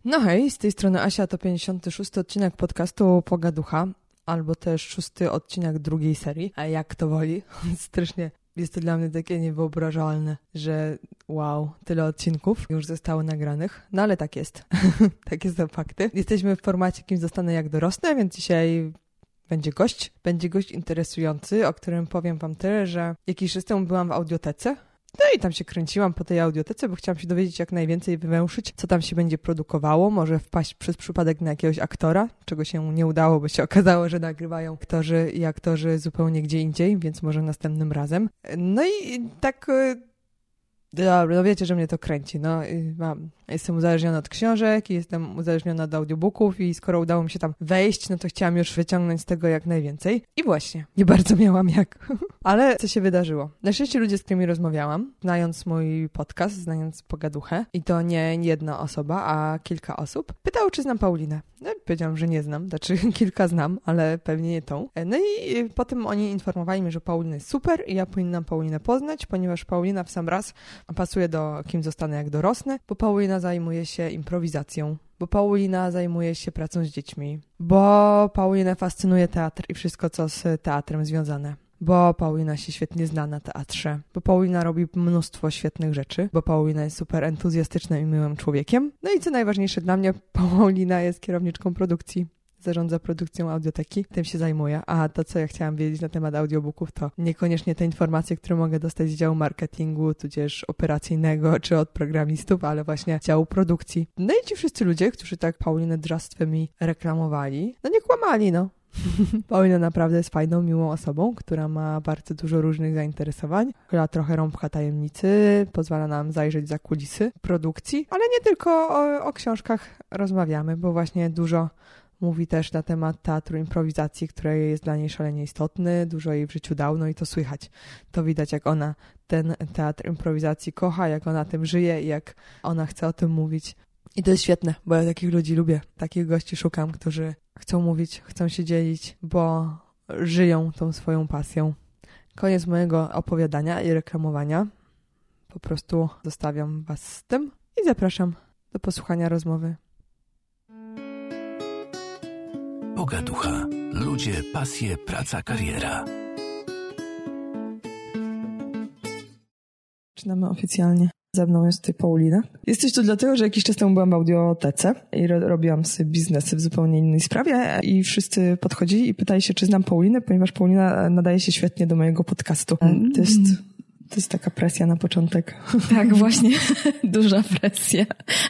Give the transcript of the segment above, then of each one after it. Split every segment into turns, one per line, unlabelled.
No hej, z tej strony Asia, to 56. odcinek podcastu Pogaducha, albo też 6. odcinek drugiej serii, a jak to woli. Strasznie jest to dla mnie takie niewyobrażalne, że wow, tyle odcinków już zostało nagranych, no ale tak jest. Takie są fakty. Jesteśmy w formacie Kim zostanę jak dorosnę, więc dzisiaj będzie gość interesujący, o którym powiem wam tyle, że jakiś czas temu byłam w audiotece. No i tam się kręciłam po tej audiotece, bo chciałam się dowiedzieć jak najwięcej, wywęszyć, co tam się będzie produkowało. Może wpaść przez przypadek na jakiegoś aktora, czego się nie udało, bo się okazało, że nagrywają aktorzy zupełnie gdzie indziej, więc może następnym razem. No i tak... Dobra, no wiecie, że mnie to kręci. No, jestem uzależniona od książek i jestem uzależniona od audiobooków i skoro udało mi się tam wejść, no to chciałam już wyciągnąć z tego jak najwięcej. I właśnie, nie bardzo miałam jak. Ale co się wydarzyło? Na szczęście ludzie, z którymi rozmawiałam, znając mój podcast, znając Pogaduchę, i to nie jedna osoba, a kilka osób, pytały, czy znam Paulinę. No powiedziałam, że nie znam, znaczy kilka znam, ale pewnie nie tą. No i potem oni informowali mnie, że Paulina jest super i ja powinnam Paulinę poznać, ponieważ Paulina w sam raz pasuje do Kim zostanę jak dorosnę, bo Paulina zajmuje się improwizacją, bo Paulina zajmuje się pracą z dziećmi, bo Paulinę fascynuje teatr i wszystko, co z teatrem związane. Bo Paulina się świetnie zna na teatrze, bo Paulina robi mnóstwo świetnych rzeczy, bo Paulina jest super entuzjastycznym i miłym człowiekiem. No i co najważniejsze dla mnie, Paulina jest kierowniczką produkcji. Zarządza produkcją audioteki, tym się zajmuje. A to, co ja chciałam wiedzieć na temat audiobooków, to niekoniecznie te informacje, które mogę dostać z działu marketingu, tudzież operacyjnego, czy od programistów, ale właśnie działu produkcji. No i ci wszyscy ludzie, którzy tak Paulinę drzastwem mi reklamowali, no nie kłamali, no. Paulina naprawdę jest fajną, miłą osobą, która ma bardzo dużo różnych zainteresowań, która trochę rąbka tajemnicy, pozwala nam zajrzeć za kulisy produkcji, ale nie tylko o książkach rozmawiamy, bo właśnie dużo mówi też na temat teatru improwizacji, który jest dla niej szalenie istotny, dużo jej w życiu dał, no i to słychać. To widać, jak ona ten teatr improwizacji kocha, jak ona tym żyje i jak ona chce o tym mówić. I to jest świetne, bo ja takich ludzi lubię, takich gości szukam, którzy chcą mówić, chcą się dzielić, bo żyją tą swoją pasją. Koniec mojego opowiadania i reklamowania. Po prostu zostawiam was z tym i zapraszam do posłuchania rozmowy.
Pogaducha. Ludzie, pasje, praca, kariera.
Zaczynamy oficjalnie. Ze mną jest tutaj Paulina. Jesteś tu dlatego, że jakiś czas temu byłam w audiotece i robiłam sobie biznesy w zupełnie innej sprawie i wszyscy podchodzili i pytali się, czy znam Paulinę, ponieważ Paulina nadaje się świetnie do mojego podcastu. To jest taka presja na początek.
Tak, właśnie. Duża presja.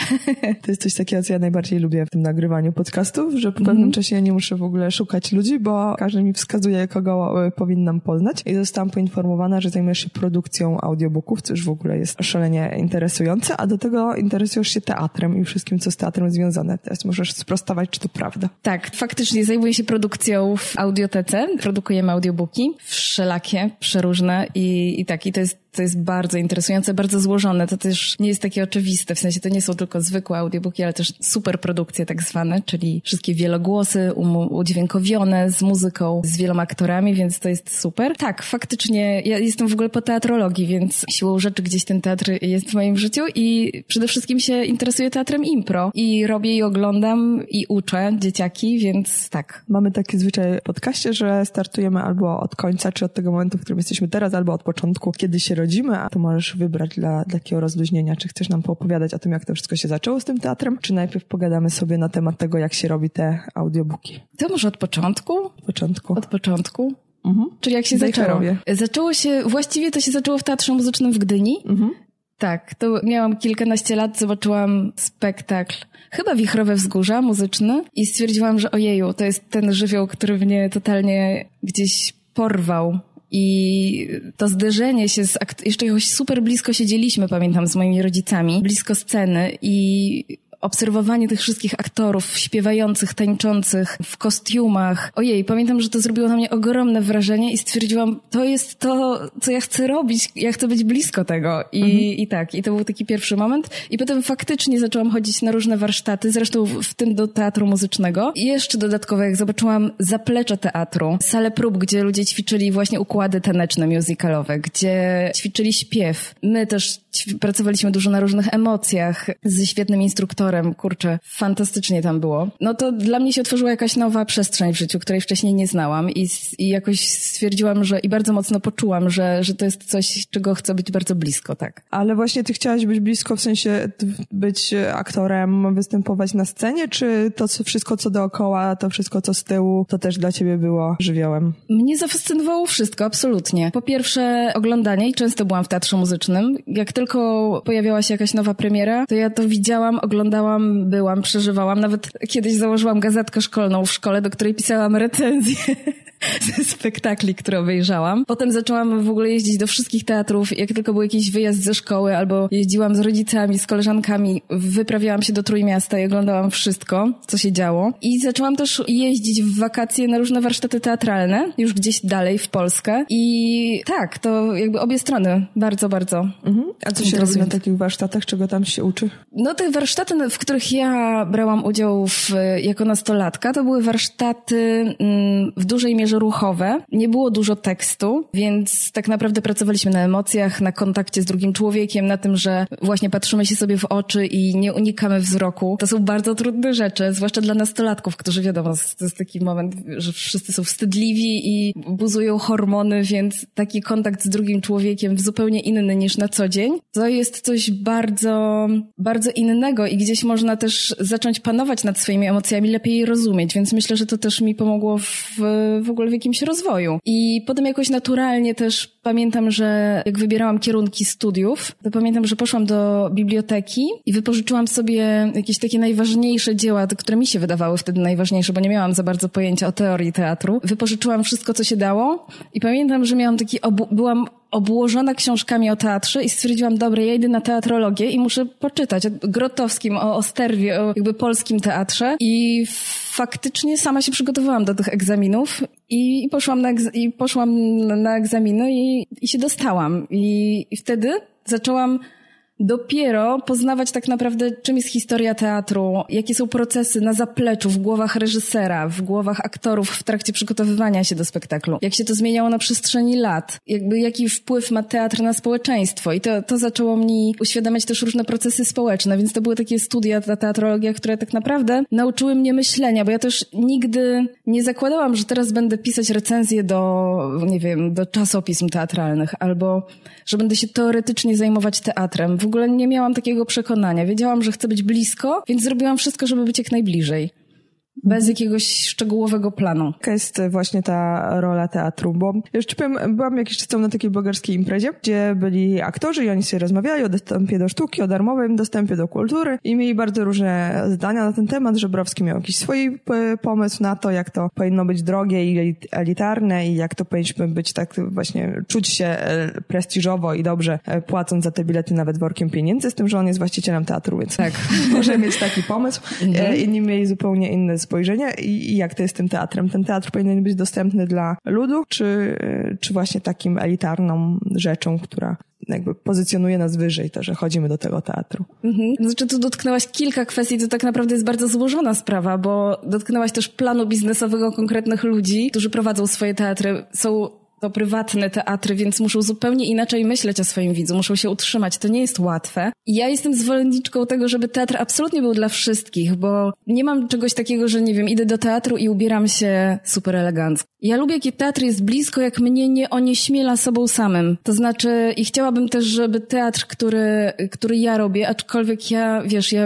To jest coś takiego, co ja najbardziej lubię w tym nagrywaniu podcastów, że po pewnym czasie ja nie muszę w ogóle szukać ludzi, bo każdy mi wskazuje, kogo powinnam poznać. I zostałam poinformowana, że zajmujesz się produkcją audiobooków, co już w ogóle jest szalenie interesujące, a do tego interesujesz się teatrem i wszystkim, co z teatrem związane. Teraz możesz sprostować, czy to prawda.
Tak, faktycznie zajmuję się produkcją w audiotece. Produkujemy audiobooki wszelakie, przeróżne i to jest bardzo interesujące, bardzo złożone. To też nie jest takie oczywiste, w sensie to nie są tylko zwykłe audiobooki, ale też super produkcje tak zwane, czyli wszystkie wielogłosy udźwiękowione z muzyką, z wieloma aktorami, więc to jest super. Tak, faktycznie ja jestem w ogóle po teatrologii, więc siłą rzeczy gdzieś ten teatr jest w moim życiu i przede wszystkim się interesuję teatrem impro i robię i oglądam i uczę dzieciaki, więc tak.
Mamy taki zwyczaj w podcaście, że startujemy albo od końca, czy od tego momentu, w którym jesteśmy teraz, albo od początku, kiedy się rodzimy, a to możesz wybrać dla takiego rozluźnienia, czy chcesz nam poopowiadać o tym, jak to wszystko się zaczęło z tym teatrem, czy najpierw pogadamy sobie na temat tego, jak się robi te audiobooki.
To może od początku? Od początku. Czyli jak się zaczęło? Właściwie to się zaczęło w Teatrze Muzycznym w Gdyni. Tak, to miałam kilkanaście lat, zobaczyłam spektakl, chyba Wichrowe Wzgórza, muzyczny i stwierdziłam, że ojeju, to jest ten żywioł, który mnie totalnie gdzieś porwał. I to zderzenie się jeszcze jakoś super blisko siedzieliśmy, pamiętam, z moimi rodzicami, blisko sceny i obserwowanie tych wszystkich aktorów śpiewających, tańczących w kostiumach. Ojej, pamiętam, że to zrobiło na mnie ogromne wrażenie i stwierdziłam, to jest to, co ja chcę robić, ja chcę być blisko tego. I to był taki pierwszy moment. I potem faktycznie zaczęłam chodzić na różne warsztaty, zresztą w tym do teatru muzycznego. I jeszcze dodatkowo, jak zobaczyłam zaplecze teatru, salę prób, gdzie ludzie ćwiczyli właśnie układy taneczne, musicalowe, gdzie ćwiczyli śpiew. My też pracowaliśmy dużo na różnych emocjach, ze świetnym instruktorem, kurczę, fantastycznie tam było. No to dla mnie się otworzyła jakaś nowa przestrzeń w życiu, której wcześniej nie znałam i jakoś stwierdziłam, że i bardzo mocno poczułam, że to jest coś, czego chcę być bardzo blisko, tak.
Ale właśnie ty chciałaś być blisko, w sensie być aktorem, występować na scenie, czy to wszystko, co dookoła, to wszystko, co z tyłu, to też dla ciebie było żywiołem?
Mnie zafascynowało wszystko, absolutnie. Po pierwsze oglądanie i często byłam w teatrze muzycznym. Jak tylko pojawiała się jakaś nowa premiera, to ja to widziałam, oglądałam, byłam, przeżywałam. Nawet kiedyś założyłam gazetkę szkolną w szkole, do której pisałam recenzje ze spektakli, które obejrzałam. Potem zaczęłam w ogóle jeździć do wszystkich teatrów. Jak tylko był jakiś wyjazd ze szkoły albo jeździłam z rodzicami, z koleżankami, wyprawiałam się do Trójmiasta i oglądałam wszystko, co się działo. I zaczęłam też jeździć w wakacje na różne warsztaty teatralne, już gdzieś dalej w Polskę. I tak, to jakby obie strony bardzo, bardzo.
A co się robi na takich warsztatach? Czego tam się uczy?
No te warsztaty, w których ja brałam udział jako nastolatka, to były warsztaty w dużej mierze ruchowe. Nie było dużo tekstu, więc tak naprawdę pracowaliśmy na emocjach, na kontakcie z drugim człowiekiem, na tym, że właśnie patrzymy się sobie w oczy i nie unikamy wzroku. To są bardzo trudne rzeczy, zwłaszcza dla nastolatków, którzy wiadomo, to jest taki moment, że wszyscy są wstydliwi i buzują hormony, więc taki kontakt z drugim człowiekiem zupełnie inny niż na co dzień. To jest coś bardzo, bardzo innego i gdzieś można też zacząć panować nad swoimi emocjami, lepiej je rozumieć, więc myślę, że to też mi pomogło w ogóle w jakimś rozwoju. I potem jakoś naturalnie też pamiętam, że jak wybierałam kierunki studiów, to pamiętam, że poszłam do biblioteki i wypożyczyłam sobie jakieś takie najważniejsze dzieła, które mi się wydawały wtedy najważniejsze, bo nie miałam za bardzo pojęcia o teorii teatru. Wypożyczyłam wszystko, co się dało i pamiętam, że miałam byłam obłożona książkami o teatrze i stwierdziłam, dobra, ja idę na teatrologię i muszę poczytać o Grotowskim, o Osterwie, o jakby polskim teatrze i faktycznie sama się przygotowałam do tych egzaminów i poszłam na egzaminy i się dostałam i wtedy zaczęłam dopiero poznawać tak naprawdę, czym jest historia teatru, jakie są procesy na zapleczu, w głowach reżysera, w głowach aktorów w trakcie przygotowywania się do spektaklu. Jak się to zmieniało na przestrzeni lat. Jakby jaki wpływ ma teatr na społeczeństwo. I to zaczęło mi uświadamiać też różne procesy społeczne, więc to były takie studia, ta teatrologia, które tak naprawdę nauczyły mnie myślenia, bo ja też nigdy nie zakładałam, że teraz będę pisać recenzje do czasopism teatralnych, albo że będę się teoretycznie zajmować teatrem. W ogóle nie miałam takiego przekonania. Wiedziałam, że chcę być blisko, więc zrobiłam wszystko, żeby być jak najbliżej. Bez jakiegoś szczegółowego planu.
Jaka jest właśnie ta rola teatru? Bo jeszcze powiem, byłam jakiś czas temu na takiej blogerskiej imprezie, gdzie byli aktorzy i oni sobie rozmawiali o dostępie do sztuki, o darmowym dostępie do kultury i mieli bardzo różne zdania na ten temat. Żebrowski miał jakiś swój pomysł na to, jak to powinno być drogie i elitarne i jak to powinniśmy być tak właśnie, czuć się prestiżowo i dobrze, płacąc za te bilety nawet workiem pieniędzy, z tym, że on jest właścicielem teatru, więc tak, może mieć taki pomysł. Inni mieli zupełnie inne spojrzenie i jak to jest z tym teatrem? Ten teatr powinien być dostępny dla ludu, czy właśnie takim elitarną rzeczą, która jakby pozycjonuje nas wyżej, to, że chodzimy do tego teatru.
Znaczy, tu dotknęłaś kilka kwestii, to tak naprawdę jest bardzo złożona sprawa, bo dotknęłaś też planu biznesowego konkretnych ludzi, którzy prowadzą swoje teatry. Są to prywatne teatry, więc muszą zupełnie inaczej myśleć o swoim widzu, muszą się utrzymać. To nie jest łatwe. I ja jestem zwolenniczką tego, żeby teatr absolutnie był dla wszystkich, bo nie mam czegoś takiego, że nie wiem, idę do teatru i ubieram się super elegancko. Ja lubię, jaki teatr jest blisko, jak mnie nie onieśmiela sobą samym. To znaczy, i chciałabym też, żeby teatr, który ja robię, aczkolwiek ja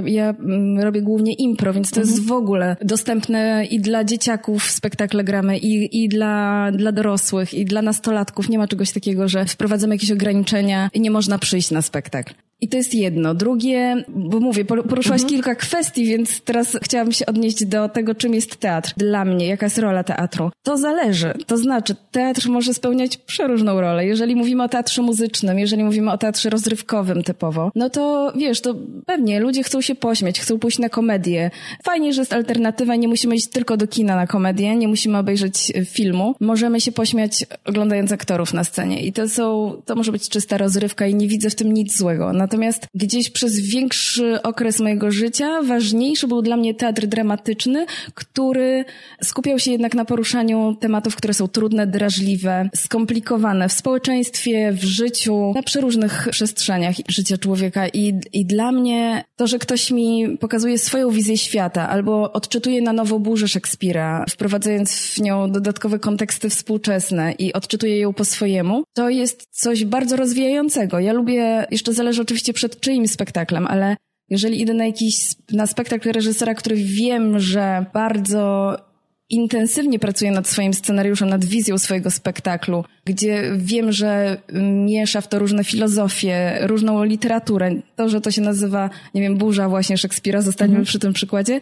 robię głównie impro, więc to jest w ogóle dostępne i dla dzieciaków spektakle gramy, i dla dorosłych, i dla nastolatków. Nie ma czegoś takiego, że wprowadzamy jakieś ograniczenia i nie można przyjść na spektakl. I to jest jedno. Drugie, bo mówię, poruszyłaś kilka kwestii, więc teraz chciałabym się odnieść do tego, czym jest teatr. Dla mnie, jaka jest rola teatru. To zależy. To znaczy, teatr może spełniać przeróżną rolę. Jeżeli mówimy o teatrze muzycznym, jeżeli mówimy o teatrze rozrywkowym typowo, no to wiesz, to pewnie ludzie chcą się pośmiać, chcą pójść na komedię. Fajnie, że jest alternatywa, nie musimy iść tylko do kina na komedię, nie musimy obejrzeć filmu. Możemy się pośmiać oglądając aktorów na scenie. I to może być czysta rozrywka i nie widzę w tym nic złego. Natomiast gdzieś przez większy okres mojego życia ważniejszy był dla mnie teatr dramatyczny, który skupiał się jednak na poruszaniu tematów, które są trudne, drażliwe, skomplikowane w społeczeństwie, w życiu, na przeróżnych przestrzeniach życia człowieka. I dla mnie to, że ktoś mi pokazuje swoją wizję świata albo odczytuje na nowo burzę Szekspira, wprowadzając w nią dodatkowe konteksty współczesne i odczytuje ją po swojemu, to jest coś bardzo rozwijającego. Ja lubię, jeszcze zależy oczywiście przed czyim spektaklem, ale jeżeli idę na spektakl reżysera, który wiem, że bardzo intensywnie pracuje nad swoim scenariuszem, nad wizją swojego spektaklu, gdzie wiem, że miesza w to różne filozofie, różną literaturę, to, że to się nazywa, nie wiem, burza właśnie Szekspira, zostańmy przy tym przykładzie,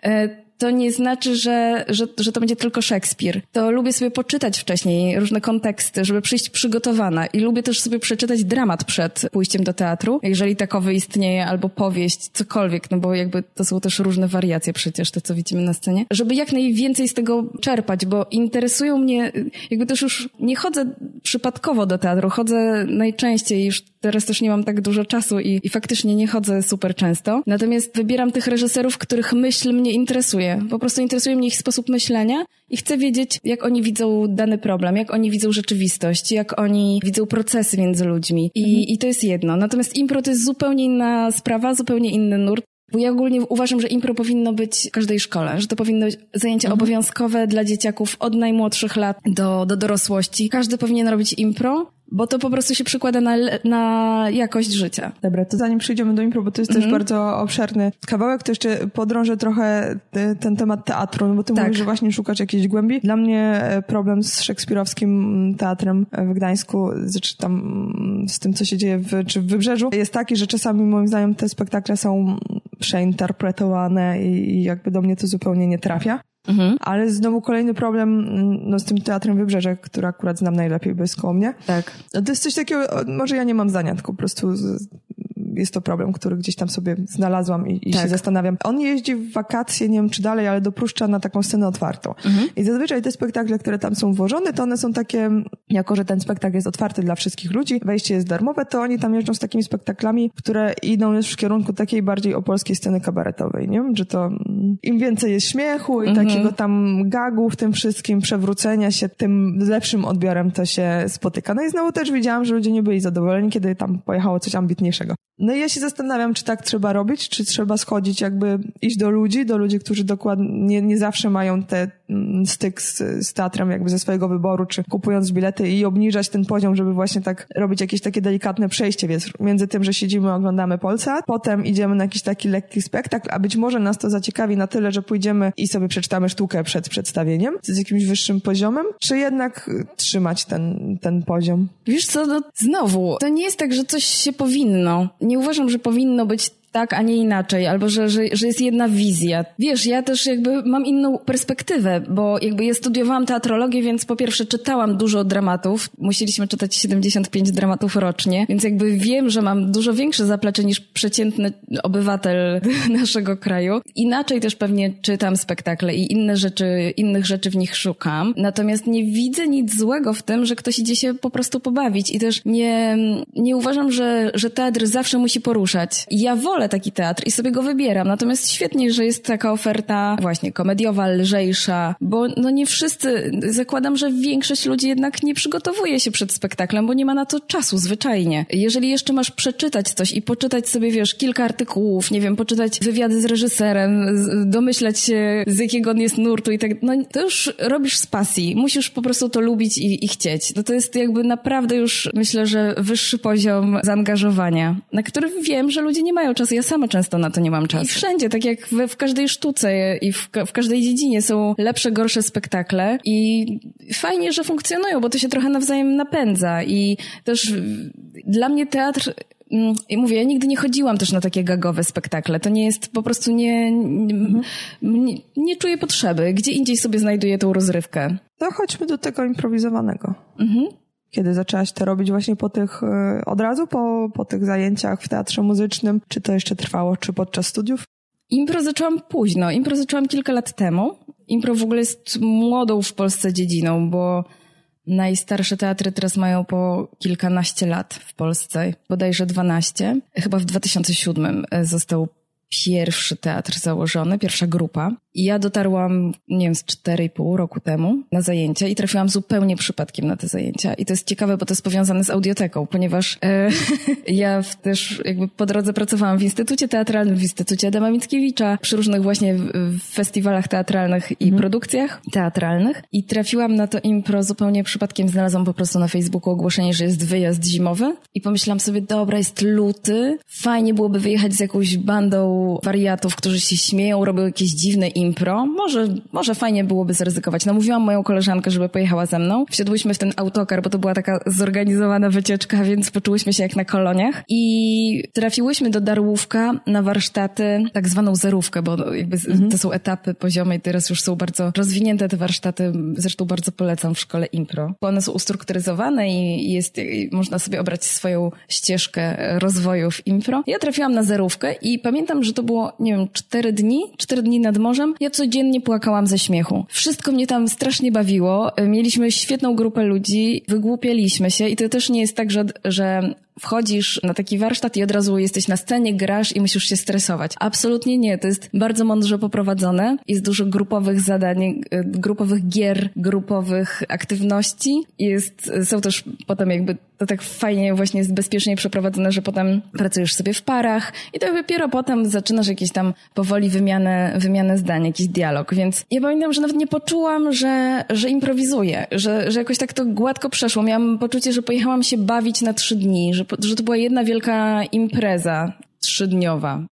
to nie znaczy, że to będzie tylko Szekspir. To lubię sobie poczytać wcześniej różne konteksty, żeby przyjść przygotowana i lubię też sobie przeczytać dramat przed pójściem do teatru, jeżeli takowy istnieje, albo powieść, cokolwiek, no bo jakby to są też różne wariacje przecież, to co widzimy na scenie, żeby jak najwięcej z tego czerpać, bo interesują mnie, jakby też już nie chodzę przypadkowo do teatru, chodzę najczęściej, już teraz też nie mam tak dużo czasu i faktycznie nie chodzę super często, natomiast wybieram tych reżyserów, których myśl mnie interesuje. Po prostu interesuje mnie ich sposób myślenia i chcę wiedzieć, jak oni widzą dany problem, jak oni widzą rzeczywistość, jak oni widzą procesy między ludźmi. I to jest jedno. Natomiast impro to jest zupełnie inna sprawa, zupełnie inny nurt. Bo ja ogólnie uważam, że impro powinno być w każdej szkole, że to powinno być zajęcie obowiązkowe dla dzieciaków od najmłodszych lat do dorosłości. Każdy powinien robić impro, bo to po prostu się przekłada na jakość życia.
Dobra, to zanim przejdziemy do impro, bo to jest też bardzo obszerny kawałek, to jeszcze podrążę trochę ten temat teatru, no bo ty mówisz, że właśnie szukasz jakiejś głębi. Dla mnie problem z szekspirowskim teatrem w Gdańsku, czy tam z tym, co się dzieje czy w Wybrzeżu, jest taki, że czasami moim zdaniem te spektakle są przeinterpretowane i jakby do mnie to zupełnie nie trafia. Ale znowu kolejny problem z tym teatrem Wybrzeże, który akurat znam najlepiej, bo jest koło mnie.
Tak.
To jest coś takiego, może ja nie mam zdania, tylko po prostu jest to problem, który gdzieś tam sobie znalazłam i się zastanawiam. On jeździ w wakacje, nie wiem czy dalej, ale do Pruszcza na taką scenę otwartą. I zazwyczaj te spektakle, które tam są włożone, to one są takie, jako że ten spektakl jest otwarty dla wszystkich ludzi, wejście jest darmowe, to oni tam jeżdżą z takimi spektaklami, które idą już w kierunku takiej bardziej opolskiej sceny kabaretowej, nie wiem, że to im więcej jest śmiechu i takiego tam gagu w tym wszystkim, przewrócenia się, tym lepszym odbiorem to się spotyka. No i znowu też widziałam, że ludzie nie byli zadowoleni, kiedy tam pojechało coś ambitniejszego. No i ja się zastanawiam, czy tak trzeba robić, czy trzeba schodzić, jakby iść do ludzi, którzy dokładnie nie zawsze mają ten styk z teatrem jakby ze swojego wyboru, czy kupując bilety i obniżać ten poziom, żeby właśnie tak robić jakieś takie delikatne przejście, więc między tym, że siedzimy, oglądamy Polsat, potem idziemy na jakiś taki lekki spektakl, a być może nas to zaciekawi na tyle, że pójdziemy i sobie przeczytamy sztukę przed przedstawieniem z jakimś wyższym poziomem, czy jednak trzymać ten poziom?
Wiesz co, no znowu, to nie jest tak, że coś się powinno. Nie uważam, że powinno być tak, a nie inaczej, albo że jest jedna wizja. Wiesz, ja też jakby mam inną perspektywę, bo jakby ja studiowałam teatrologię, więc po pierwsze czytałam dużo dramatów. Musieliśmy czytać 75 dramatów rocznie, więc jakby wiem, że mam dużo większe zaplecze niż przeciętny obywatel naszego kraju. Inaczej też pewnie czytam spektakle i innych rzeczy w nich szukam. Natomiast nie widzę nic złego w tym, że ktoś idzie się po prostu pobawić i też nie uważam, że teatr zawsze musi poruszać. Ja wolę taki teatr i sobie go wybieram. Natomiast świetnie, że jest taka oferta właśnie komediowa, lżejsza, bo no nie wszyscy, zakładam, że większość ludzi jednak nie przygotowuje się przed spektaklem, bo nie ma na to czasu zwyczajnie. Jeżeli jeszcze masz przeczytać coś i poczytać sobie, wiesz, kilka artykułów, nie wiem, poczytać wywiady z reżyserem, domyślać się, z jakiego on jest nurtu i tak, no to już robisz z pasji. Musisz po prostu to lubić i chcieć. No to jest jakby naprawdę już, myślę, że wyższy poziom zaangażowania, na który wiem, że ludzie nie mają czasu. Ja sama często na to nie mam czasu. I wszędzie, tak jak w każdej sztuce i w każdej dziedzinie są lepsze, gorsze spektakle i fajnie, że funkcjonują, bo to się trochę nawzajem napędza i też dla mnie teatr, i mówię, ja nigdy nie chodziłam też na takie gagowe spektakle. To nie jest, po prostu nie czuję potrzeby. Gdzie indziej sobie znajduję tą rozrywkę.
To chodźmy do tego improwizowanego. Kiedy zaczęłaś to robić właśnie od razu po tych zajęciach w teatrze muzycznym? Czy to jeszcze trwało, czy podczas studiów?
Impro zaczęłam późno. Impro zaczęłam kilka lat temu. Impro w ogóle jest młodą w Polsce dziedziną, bo Najstarsze teatry teraz mają po kilkanaście lat w Polsce, bodajże 12. Chyba w 2007 został pierwszy teatr założony, pierwsza grupa. I ja dotarłam, nie wiem, z 4,5 roku temu na zajęcia i trafiłam zupełnie przypadkiem na te zajęcia. I to jest ciekawe, bo to jest powiązane z audioteką, ponieważ ja też jakby po drodze pracowałam w Instytucie Teatralnym, w Instytucie Adama Mickiewicza, przy różnych właśnie festiwalach teatralnych i produkcjach teatralnych. I trafiłam na to impro zupełnie przypadkiem. Znalazłam po prostu na Facebooku ogłoszenie, że jest wyjazd zimowy. I pomyślałam sobie, dobra, jest luty, fajnie byłoby wyjechać z jakąś bandą wariatów, którzy się śmieją, robią jakieś dziwne impro. Może fajnie byłoby zaryzykować. Namówiłam moją koleżankę, żeby pojechała ze mną. Wsiadłyśmy w ten autokar, bo to była taka zorganizowana wycieczka, więc poczułyśmy się jak na koloniach. I trafiłyśmy do Darłówka na warsztaty, tak zwaną zerówkę, bo jakby to są etapy poziome i teraz już są bardzo rozwinięte te warsztaty. Zresztą bardzo polecam w szkole impro. Bo one są ustrukturyzowane i można sobie obrać swoją ścieżkę rozwoju w impro. Ja trafiłam na zerówkę i pamiętam, że to było, nie wiem, 4 dni nad morzem. Ja codziennie płakałam ze śmiechu. Wszystko mnie tam strasznie bawiło. Mieliśmy świetną grupę ludzi, wygłupialiśmy się i to też nie jest tak, że wchodzisz na taki warsztat i od razu jesteś na scenie, grasz i musisz się stresować. Absolutnie nie. To jest bardzo mądrze poprowadzone. Jest dużo grupowych zadań, grupowych gier, grupowych aktywności. Są też potem jakby to tak fajnie właśnie jest bezpiecznie przeprowadzone, że potem pracujesz sobie w parach i to dopiero potem zaczynasz jakieś tam powoli wymianę zdań, jakiś dialog. Więc ja pamiętam, że nawet nie poczułam, że improwizuję, że jakoś tak to gładko przeszło. Miałam poczucie, że pojechałam się bawić na 3 dni, że to była jedna wielka impreza 3-dniowa.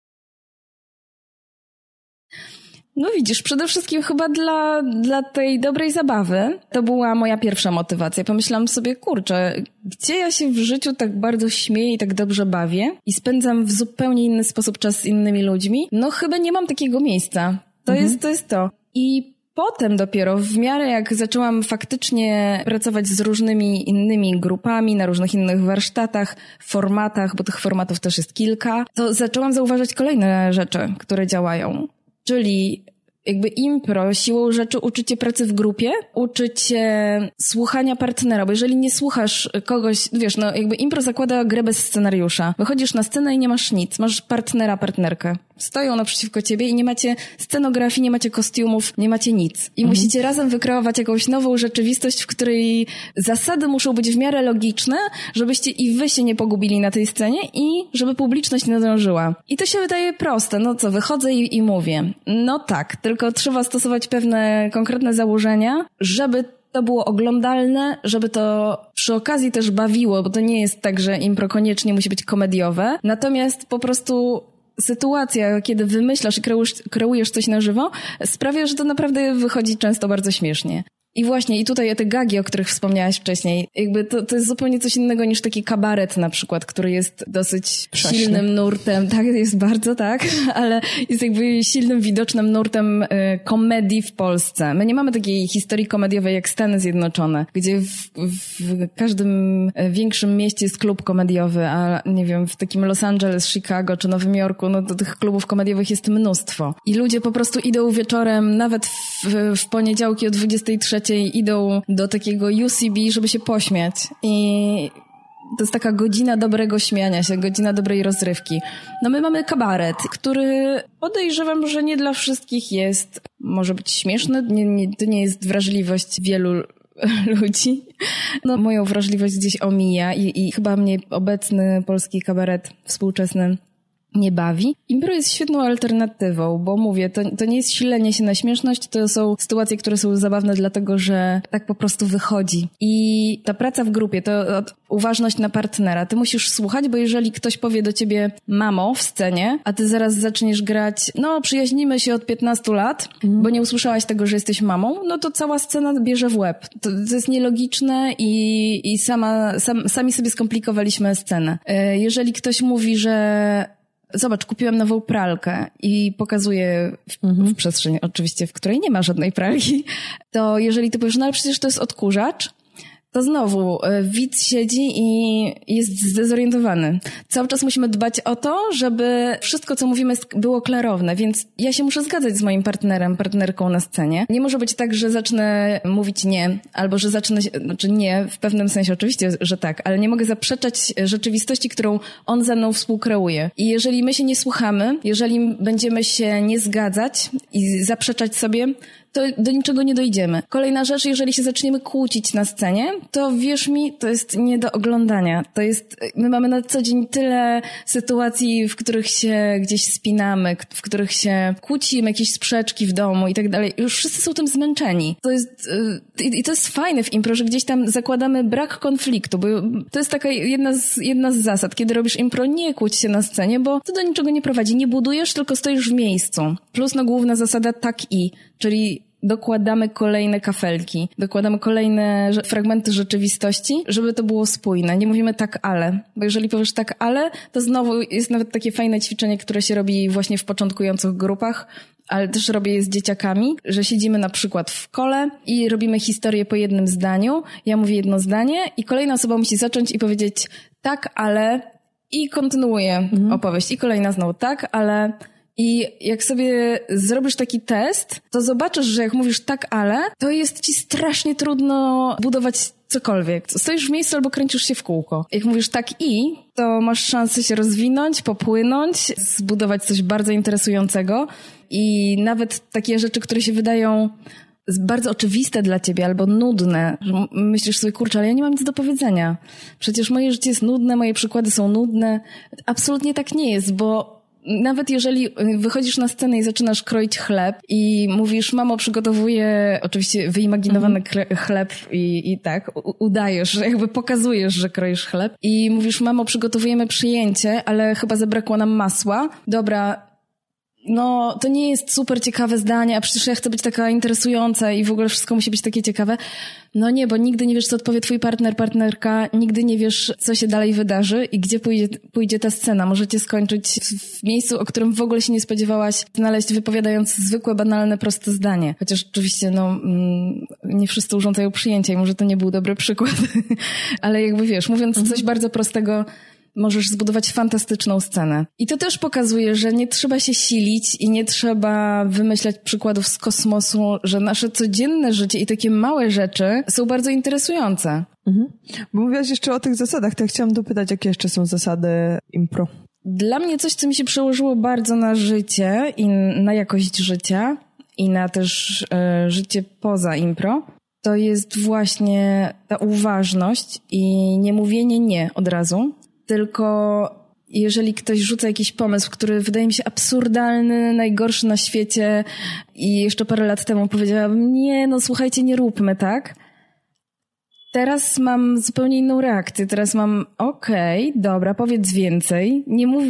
No widzisz, przede wszystkim chyba dla tej dobrej zabawy to była moja pierwsza motywacja. Pomyślałam sobie, kurczę, gdzie ja się w życiu tak bardzo śmieję i tak dobrze bawię i spędzam w zupełnie inny sposób czas z innymi ludźmi? No chyba nie mam takiego miejsca. To jest to. I potem dopiero, w miarę jak zaczęłam faktycznie pracować z różnymi innymi grupami, na różnych innych warsztatach, formatach, bo tych formatów też jest kilka, to zaczęłam zauważać kolejne rzeczy, które działają. Czyli jakby impro siłą rzeczy uczy cię pracy w grupie, uczy cię słuchania partnera, bo jeżeli nie słuchasz kogoś, wiesz, no jakby impro zakłada grę bez scenariusza. Wychodzisz na scenę i nie masz nic, masz partnera, partnerkę. Stoją naprzeciwko ciebie i nie macie scenografii, nie macie kostiumów, nie macie nic. I musicie razem wykreować jakąś nową rzeczywistość, w której zasady muszą być w miarę logiczne, żebyście i wy się nie pogubili na tej scenie i żeby publiczność nie nadążyła. I to się wydaje proste. No co, wychodzę i mówię. No tak, tylko trzeba stosować pewne konkretne założenia, żeby to było oglądalne, żeby to przy okazji też bawiło, bo to nie jest tak, że impro koniecznie musi być komediowe. Natomiast po prostu sytuacja, kiedy wymyślasz i kreujesz coś na żywo, sprawia, że to naprawdę wychodzi często bardzo śmiesznie. I właśnie, i tutaj te gagi, o których wspomniałaś wcześniej, jakby to jest zupełnie coś innego niż taki kabaret na przykład, który jest dosyć silnym nurtem, tak, jest bardzo tak, ale jest jakby silnym, widocznym nurtem komedii w Polsce. My nie mamy takiej historii komediowej jak Stany Zjednoczone, gdzie w każdym większym mieście jest klub komediowy, a nie wiem, w takim Los Angeles, Chicago czy Nowym Jorku, no to tych klubów komediowych jest mnóstwo. I ludzie po prostu idą wieczorem, nawet w poniedziałki o 23:00 idą do takiego UCB, żeby się pośmiać. I to jest taka godzina dobrego śmiania się, godzina dobrej rozrywki. No my mamy kabaret, który podejrzewam, że nie dla wszystkich jest, może być śmieszny, to nie jest wrażliwość wielu ludzi. No moją wrażliwość gdzieś omija i chyba mnie obecny polski kabaret współczesny nie bawi. Impro jest świetną alternatywą, bo mówię, to nie jest silenie się na śmieszność, to są sytuacje, które są zabawne dlatego, że tak po prostu wychodzi. I ta praca w grupie, to uważność na partnera. Ty musisz słuchać, bo jeżeli ktoś powie do ciebie mamo w scenie, a ty zaraz zaczniesz grać, no przyjaźnimy się od 15 lat, bo nie usłyszałaś tego, że jesteś mamą, no to cała scena bierze w łeb. To jest nielogiczne i sami sobie skomplikowaliśmy scenę. Jeżeli ktoś mówi, że zobacz, kupiłem nową pralkę i pokazuję w przestrzeni oczywiście, w której nie ma żadnej pralki, to jeżeli ty powiesz, no ale przecież to jest odkurzacz, to znowu widz siedzi i jest zdezorientowany. Cały czas musimy dbać o to, żeby wszystko, co mówimy, było klarowne, więc ja się muszę zgadzać z moim partnerką na scenie. Nie może być tak, że zacznę mówić nie, albo że zacznę, znaczy nie, w pewnym sensie oczywiście, że tak, ale nie mogę zaprzeczać rzeczywistości, którą on ze mną współkreuje. I jeżeli my się nie słuchamy, jeżeli będziemy się nie zgadzać i zaprzeczać sobie, to do niczego nie dojdziemy. Kolejna rzecz, jeżeli się zaczniemy kłócić na scenie, to wierz mi, to jest nie do oglądania. My mamy na co dzień tyle sytuacji, w których się gdzieś spinamy, w których się kłócimy, jakieś sprzeczki w domu i tak dalej. Już wszyscy są tym zmęczeni. To jest fajne w impro, że gdzieś tam zakładamy brak konfliktu, bo to jest taka jedna z zasad. Kiedy robisz impro, nie kłóć się na scenie, bo to do niczego nie prowadzi. Nie budujesz, tylko stoisz w miejscu. Plus główna zasada tak i, czyli dokładamy kolejne kafelki, dokładamy kolejne fragmenty rzeczywistości, żeby to było spójne. Nie mówimy tak, ale. Bo jeżeli powiesz tak, ale, to znowu jest nawet takie fajne ćwiczenie, które się robi właśnie w początkujących grupach, ale też robię je z dzieciakami, że siedzimy na przykład w kole i robimy historię po jednym zdaniu. Ja mówię jedno zdanie i kolejna osoba musi zacząć i powiedzieć tak, ale i kontynuuje opowieść. I kolejna znowu tak, ale... I jak sobie zrobisz taki test, to zobaczysz, że jak mówisz tak, ale, to jest ci strasznie trudno budować cokolwiek. Stoisz w miejscu albo kręcisz się w kółko. Jak mówisz tak i, to masz szansę się rozwinąć, popłynąć, zbudować coś bardzo interesującego i nawet takie rzeczy, które się wydają bardzo oczywiste dla ciebie albo nudne. Myślisz sobie, kurczę, ale ja nie mam nic do powiedzenia. Przecież moje życie jest nudne, moje przykłady są nudne. Absolutnie tak nie jest, bo nawet jeżeli wychodzisz na scenę i zaczynasz kroić chleb i mówisz, mamo, przygotowuję oczywiście wyimaginowany chleb i tak, udajesz, że jakby pokazujesz, że kroisz chleb i mówisz, mamo, przygotowujemy przyjęcie, ale chyba zabrakło nam masła. Dobra, no to nie jest super ciekawe zdanie, a przecież ja chcę być taka interesująca i w ogóle wszystko musi być takie ciekawe. No nie, bo nigdy nie wiesz, co odpowie twój partnerka, nigdy nie wiesz, co się dalej wydarzy i gdzie pójdzie ta scena. Możecie skończyć w miejscu, o którym w ogóle się nie spodziewałaś znaleźć, wypowiadając zwykłe, banalne, proste zdanie. Chociaż oczywiście, nie wszyscy urządzają przyjęcia i może to nie był dobry przykład, ale jakby wiesz, mówiąc coś bardzo prostego, możesz zbudować fantastyczną scenę. I to też pokazuje, że nie trzeba się silić i nie trzeba wymyślać przykładów z kosmosu, że nasze codzienne życie i takie małe rzeczy są bardzo interesujące.
Bo mówiłaś jeszcze o tych zasadach, to ja chciałam dopytać, jakie jeszcze są zasady impro?
Dla mnie coś, co mi się przełożyło bardzo na życie i na jakość życia i na też życie poza impro, to jest właśnie ta uważność i nie mówienie nie od razu. Tylko jeżeli ktoś rzuca jakiś pomysł, który wydaje mi się absurdalny, najgorszy na świecie i jeszcze parę lat temu powiedziałabym, nie, no słuchajcie, nie róbmy tak. Teraz mam zupełnie inną reakcję. Teraz mam, okej, dobra, powiedz więcej.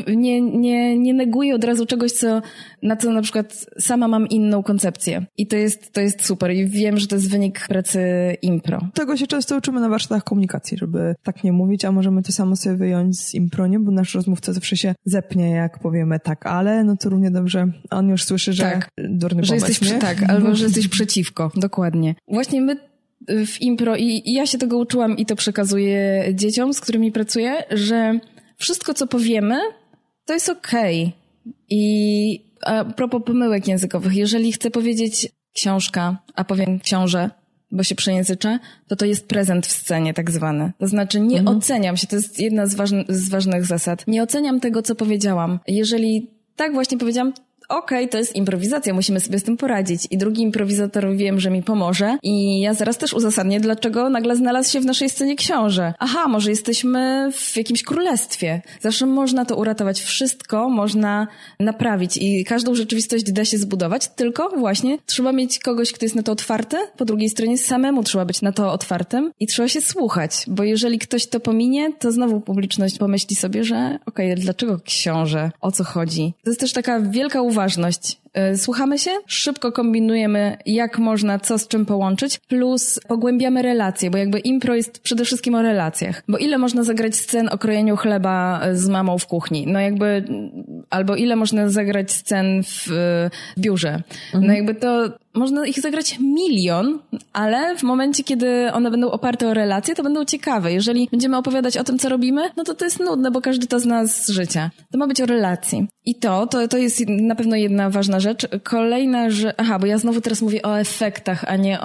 Nie neguję od razu czegoś, na co na przykład sama mam inną koncepcję. I to jest super. I wiem, że to jest wynik pracy impro.
Tego się często uczymy na warsztatach komunikacji, żeby tak nie mówić, a możemy to samo sobie wyjąć z impro, nie? Bo nasz rozmówca zawsze się zepnie, jak powiemy tak, ale no to równie dobrze on już słyszy, że
tak,
durny
że
pomysł,
jesteś albo że jesteś przeciwko. Dokładnie. Właśnie my w impro i ja się tego uczyłam i to przekazuję dzieciom, z którymi pracuję, że wszystko, co powiemy, to jest okej. I a propos pomyłek językowych, jeżeli chcę powiedzieć książka, a powiem książę, bo się przejęzyczę, to jest prezent w scenie tak zwany. To znaczy nie oceniam się, to jest jedna z ważnych zasad. Nie oceniam tego, co powiedziałam. Jeżeli tak właśnie powiedziałam, okej, to jest improwizacja, musimy sobie z tym poradzić. I drugi improwizator wiem, że mi pomoże i ja zaraz też uzasadnię, dlaczego nagle znalazł się w naszej scenie książę. Aha, może jesteśmy w jakimś królestwie. Zawsze można to uratować. Wszystko można naprawić i każdą rzeczywistość da się zbudować, tylko właśnie trzeba mieć kogoś, kto jest na to otwarty, po drugiej stronie samemu trzeba być na to otwartym i trzeba się słuchać, bo jeżeli ktoś to pominie, to znowu publiczność pomyśli sobie, że okej, dlaczego książę? O co chodzi? To jest też taka wielka uważność, Słuchamy się, szybko kombinujemy, jak można co z czym połączyć, plus pogłębiamy relacje, bo jakby impro jest przede wszystkim o relacjach. Bo ile można zagrać scen o krojeniu chleba z mamą w kuchni? No jakby, albo ile można zagrać scen w biurze? No jakby to można ich zagrać 1 milion, ale w momencie, kiedy one będą oparte o relacje, to będą ciekawe. Jeżeli będziemy opowiadać o tym, co robimy, no to jest nudne, bo każdy to zna z życia. To ma być o relacji. I to jest na pewno jedna ważna rzecz. Kolejna, że... bo ja znowu teraz mówię o efektach, a nie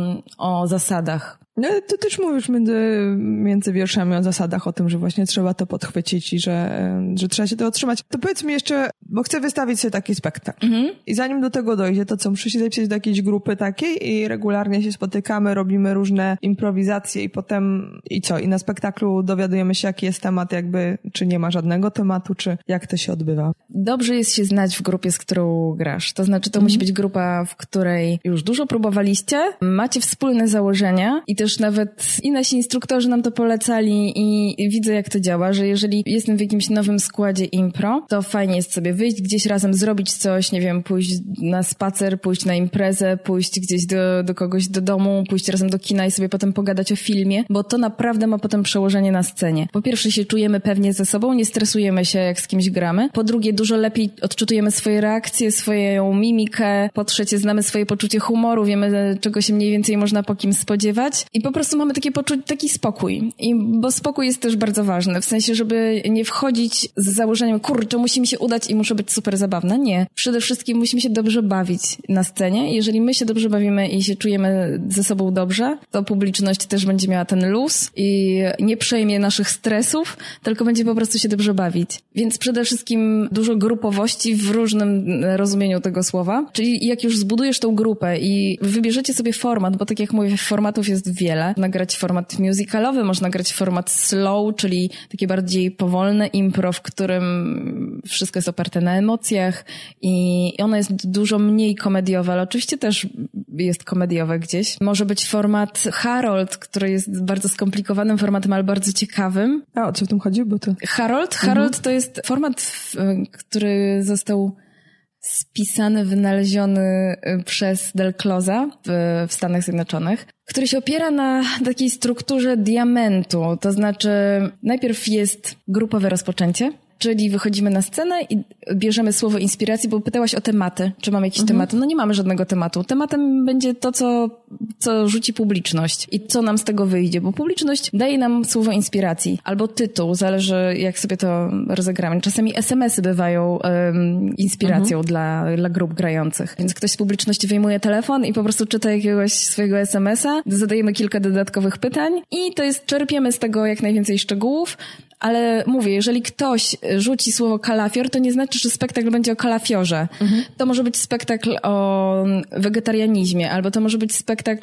o zasadach.
No, ty też mówisz między wierszami o zasadach, o tym, że właśnie trzeba to podchwycić i że trzeba się to otrzymać. To powiedz mi jeszcze, bo chcę wystawić sobie taki spektakl. I zanim do tego dojdzie, to co, muszę się zapisać do jakiejś grupy takiej i regularnie się spotykamy, robimy różne improwizacje i potem i co? I na spektaklu dowiadujemy się, jaki jest temat, jakby, czy nie ma żadnego tematu, czy jak to się odbywa.
Dobrze jest się znać w grupie, z którą grasz. To znaczy, to musi być grupa, w której już dużo próbowaliście, macie wspólne założenia i też nawet i nasi instruktorzy nam to polecali i widzę, jak to działa, że jeżeli jestem w jakimś nowym składzie impro, to fajnie jest sobie wyjść gdzieś razem, zrobić coś, nie wiem, pójść na spacer, pójść na imprezę, pójść gdzieś do kogoś do domu, pójść razem do kina i sobie potem pogadać o filmie, bo to naprawdę ma potem przełożenie na scenie. Po pierwsze się czujemy pewnie ze sobą, nie stresujemy się, jak z kimś gramy. Po drugie, dużo lepiej odczytujemy swoje reakcje, swoją mimikę. Po trzecie, znamy swoje poczucie humoru, wiemy, czego się mniej więcej można po kim spodziewać. I po prostu mamy taki spokój. Bo spokój jest też bardzo ważny. W sensie, żeby nie wchodzić z założeniem, kurczę, musi mi się udać i muszę być super zabawna. Nie. Przede wszystkim musimy się dobrze bawić na scenie. Jeżeli my się dobrze bawimy i się czujemy ze sobą dobrze, to publiczność też będzie miała ten luz i nie przejmie naszych stresów, tylko będzie po prostu się dobrze bawić. Więc przede wszystkim dużo grupowości w różnym rozumieniu tego słowa. Czyli jak już zbudujesz tą grupę i wybierzecie sobie format, bo tak jak mówię, formatów jest wiele. Można grać format musicalowy, można grać format slow, czyli takie bardziej powolne impro, w którym wszystko jest oparte na emocjach i ono jest dużo mniej komediowe, ale oczywiście też jest komediowe gdzieś. Może być format Harold, który jest bardzo skomplikowanym formatem, ale bardzo ciekawym.
A o co w tym chodzi? Bo to...
Harold to jest format, który został spisany, wynaleziony przez Del Closa w Stanach Zjednoczonych, który się opiera na takiej strukturze diamentu. To znaczy najpierw jest grupowe rozpoczęcie, czyli wychodzimy na scenę i bierzemy słowo inspiracji, bo pytałaś o tematy. Czy mamy jakieś tematy? No nie mamy żadnego tematu. Tematem będzie to, co rzuci publiczność i co nam z tego wyjdzie, bo publiczność daje nam słowo inspiracji albo tytuł, zależy jak sobie to rozegramy. Czasami SMS-y bywają inspiracją dla grup grających. Więc ktoś z publiczności wyjmuje telefon i po prostu czyta jakiegoś swojego SMS-a, zadajemy kilka dodatkowych pytań i to jest, czerpiemy z tego jak najwięcej szczegółów. Ale mówię, jeżeli ktoś rzuci słowo kalafior, to nie znaczy, że spektakl będzie o kalafiorze. To może być spektakl o wegetarianizmie, albo to może być spektakl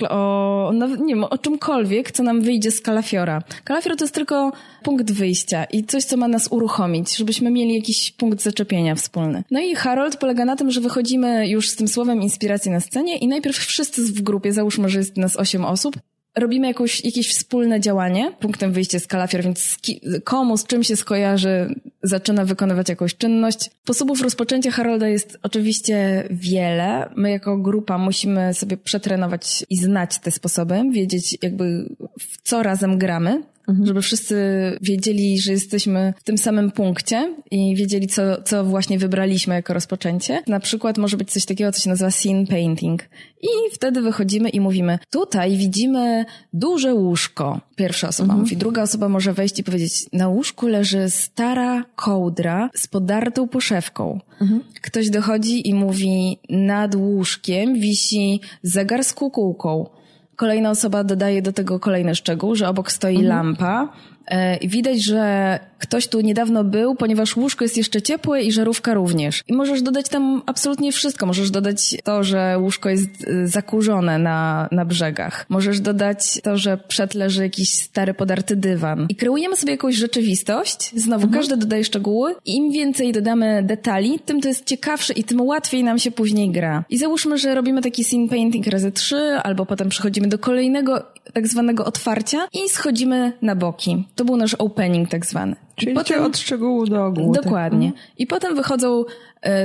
nie wiem, o czymkolwiek, co nam wyjdzie z kalafiora. Kalafior to jest tylko punkt wyjścia i coś, co ma nas uruchomić, żebyśmy mieli jakiś punkt zaczepienia wspólny. No i Harold polega na tym, że wychodzimy już z tym słowem inspiracji na scenie i najpierw wszyscy w grupie, załóżmy, że jest nas 8 osób, robimy jakieś wspólne działanie. Punktem wyjścia jest kalafior, więc komu, z czym się skojarzy, zaczyna wykonywać jakąś czynność. Sposobów rozpoczęcia Harolda jest oczywiście wiele. My jako grupa musimy sobie przetrenować i znać te sposoby, wiedzieć jakby w co razem gramy. Żeby wszyscy wiedzieli, że jesteśmy w tym samym punkcie i wiedzieli, co właśnie wybraliśmy jako rozpoczęcie. Na przykład może być coś takiego, co się nazywa scene painting. I wtedy wychodzimy i mówimy, tutaj widzimy duże łóżko. Pierwsza osoba mówi, druga osoba może wejść i powiedzieć, na łóżku leży stara kołdra z podartą poszewką. Ktoś dochodzi i mówi, nad łóżkiem wisi zegar z kukułką. Kolejna osoba dodaje do tego kolejny szczegół, że obok stoi lampa. Widać, że ktoś tu niedawno był, ponieważ łóżko jest jeszcze ciepłe i żarówka również. I możesz dodać tam absolutnie wszystko. Możesz dodać to, że łóżko jest zakurzone na brzegach. Możesz dodać to, że przed leży jakiś stary, podarty dywan. I kreujemy sobie jakąś rzeczywistość. Znowu, każdy dodaje szczegóły. I im więcej dodamy detali, tym to jest ciekawsze i tym łatwiej nam się później gra. I załóżmy, że robimy taki scene painting razy 3, albo potem przechodzimy do kolejnego tak zwanego otwarcia i schodzimy na boki. To był nasz opening tak zwany.
Czyli potem od szczegółu do ogółu.
Dokładnie. I potem wychodzą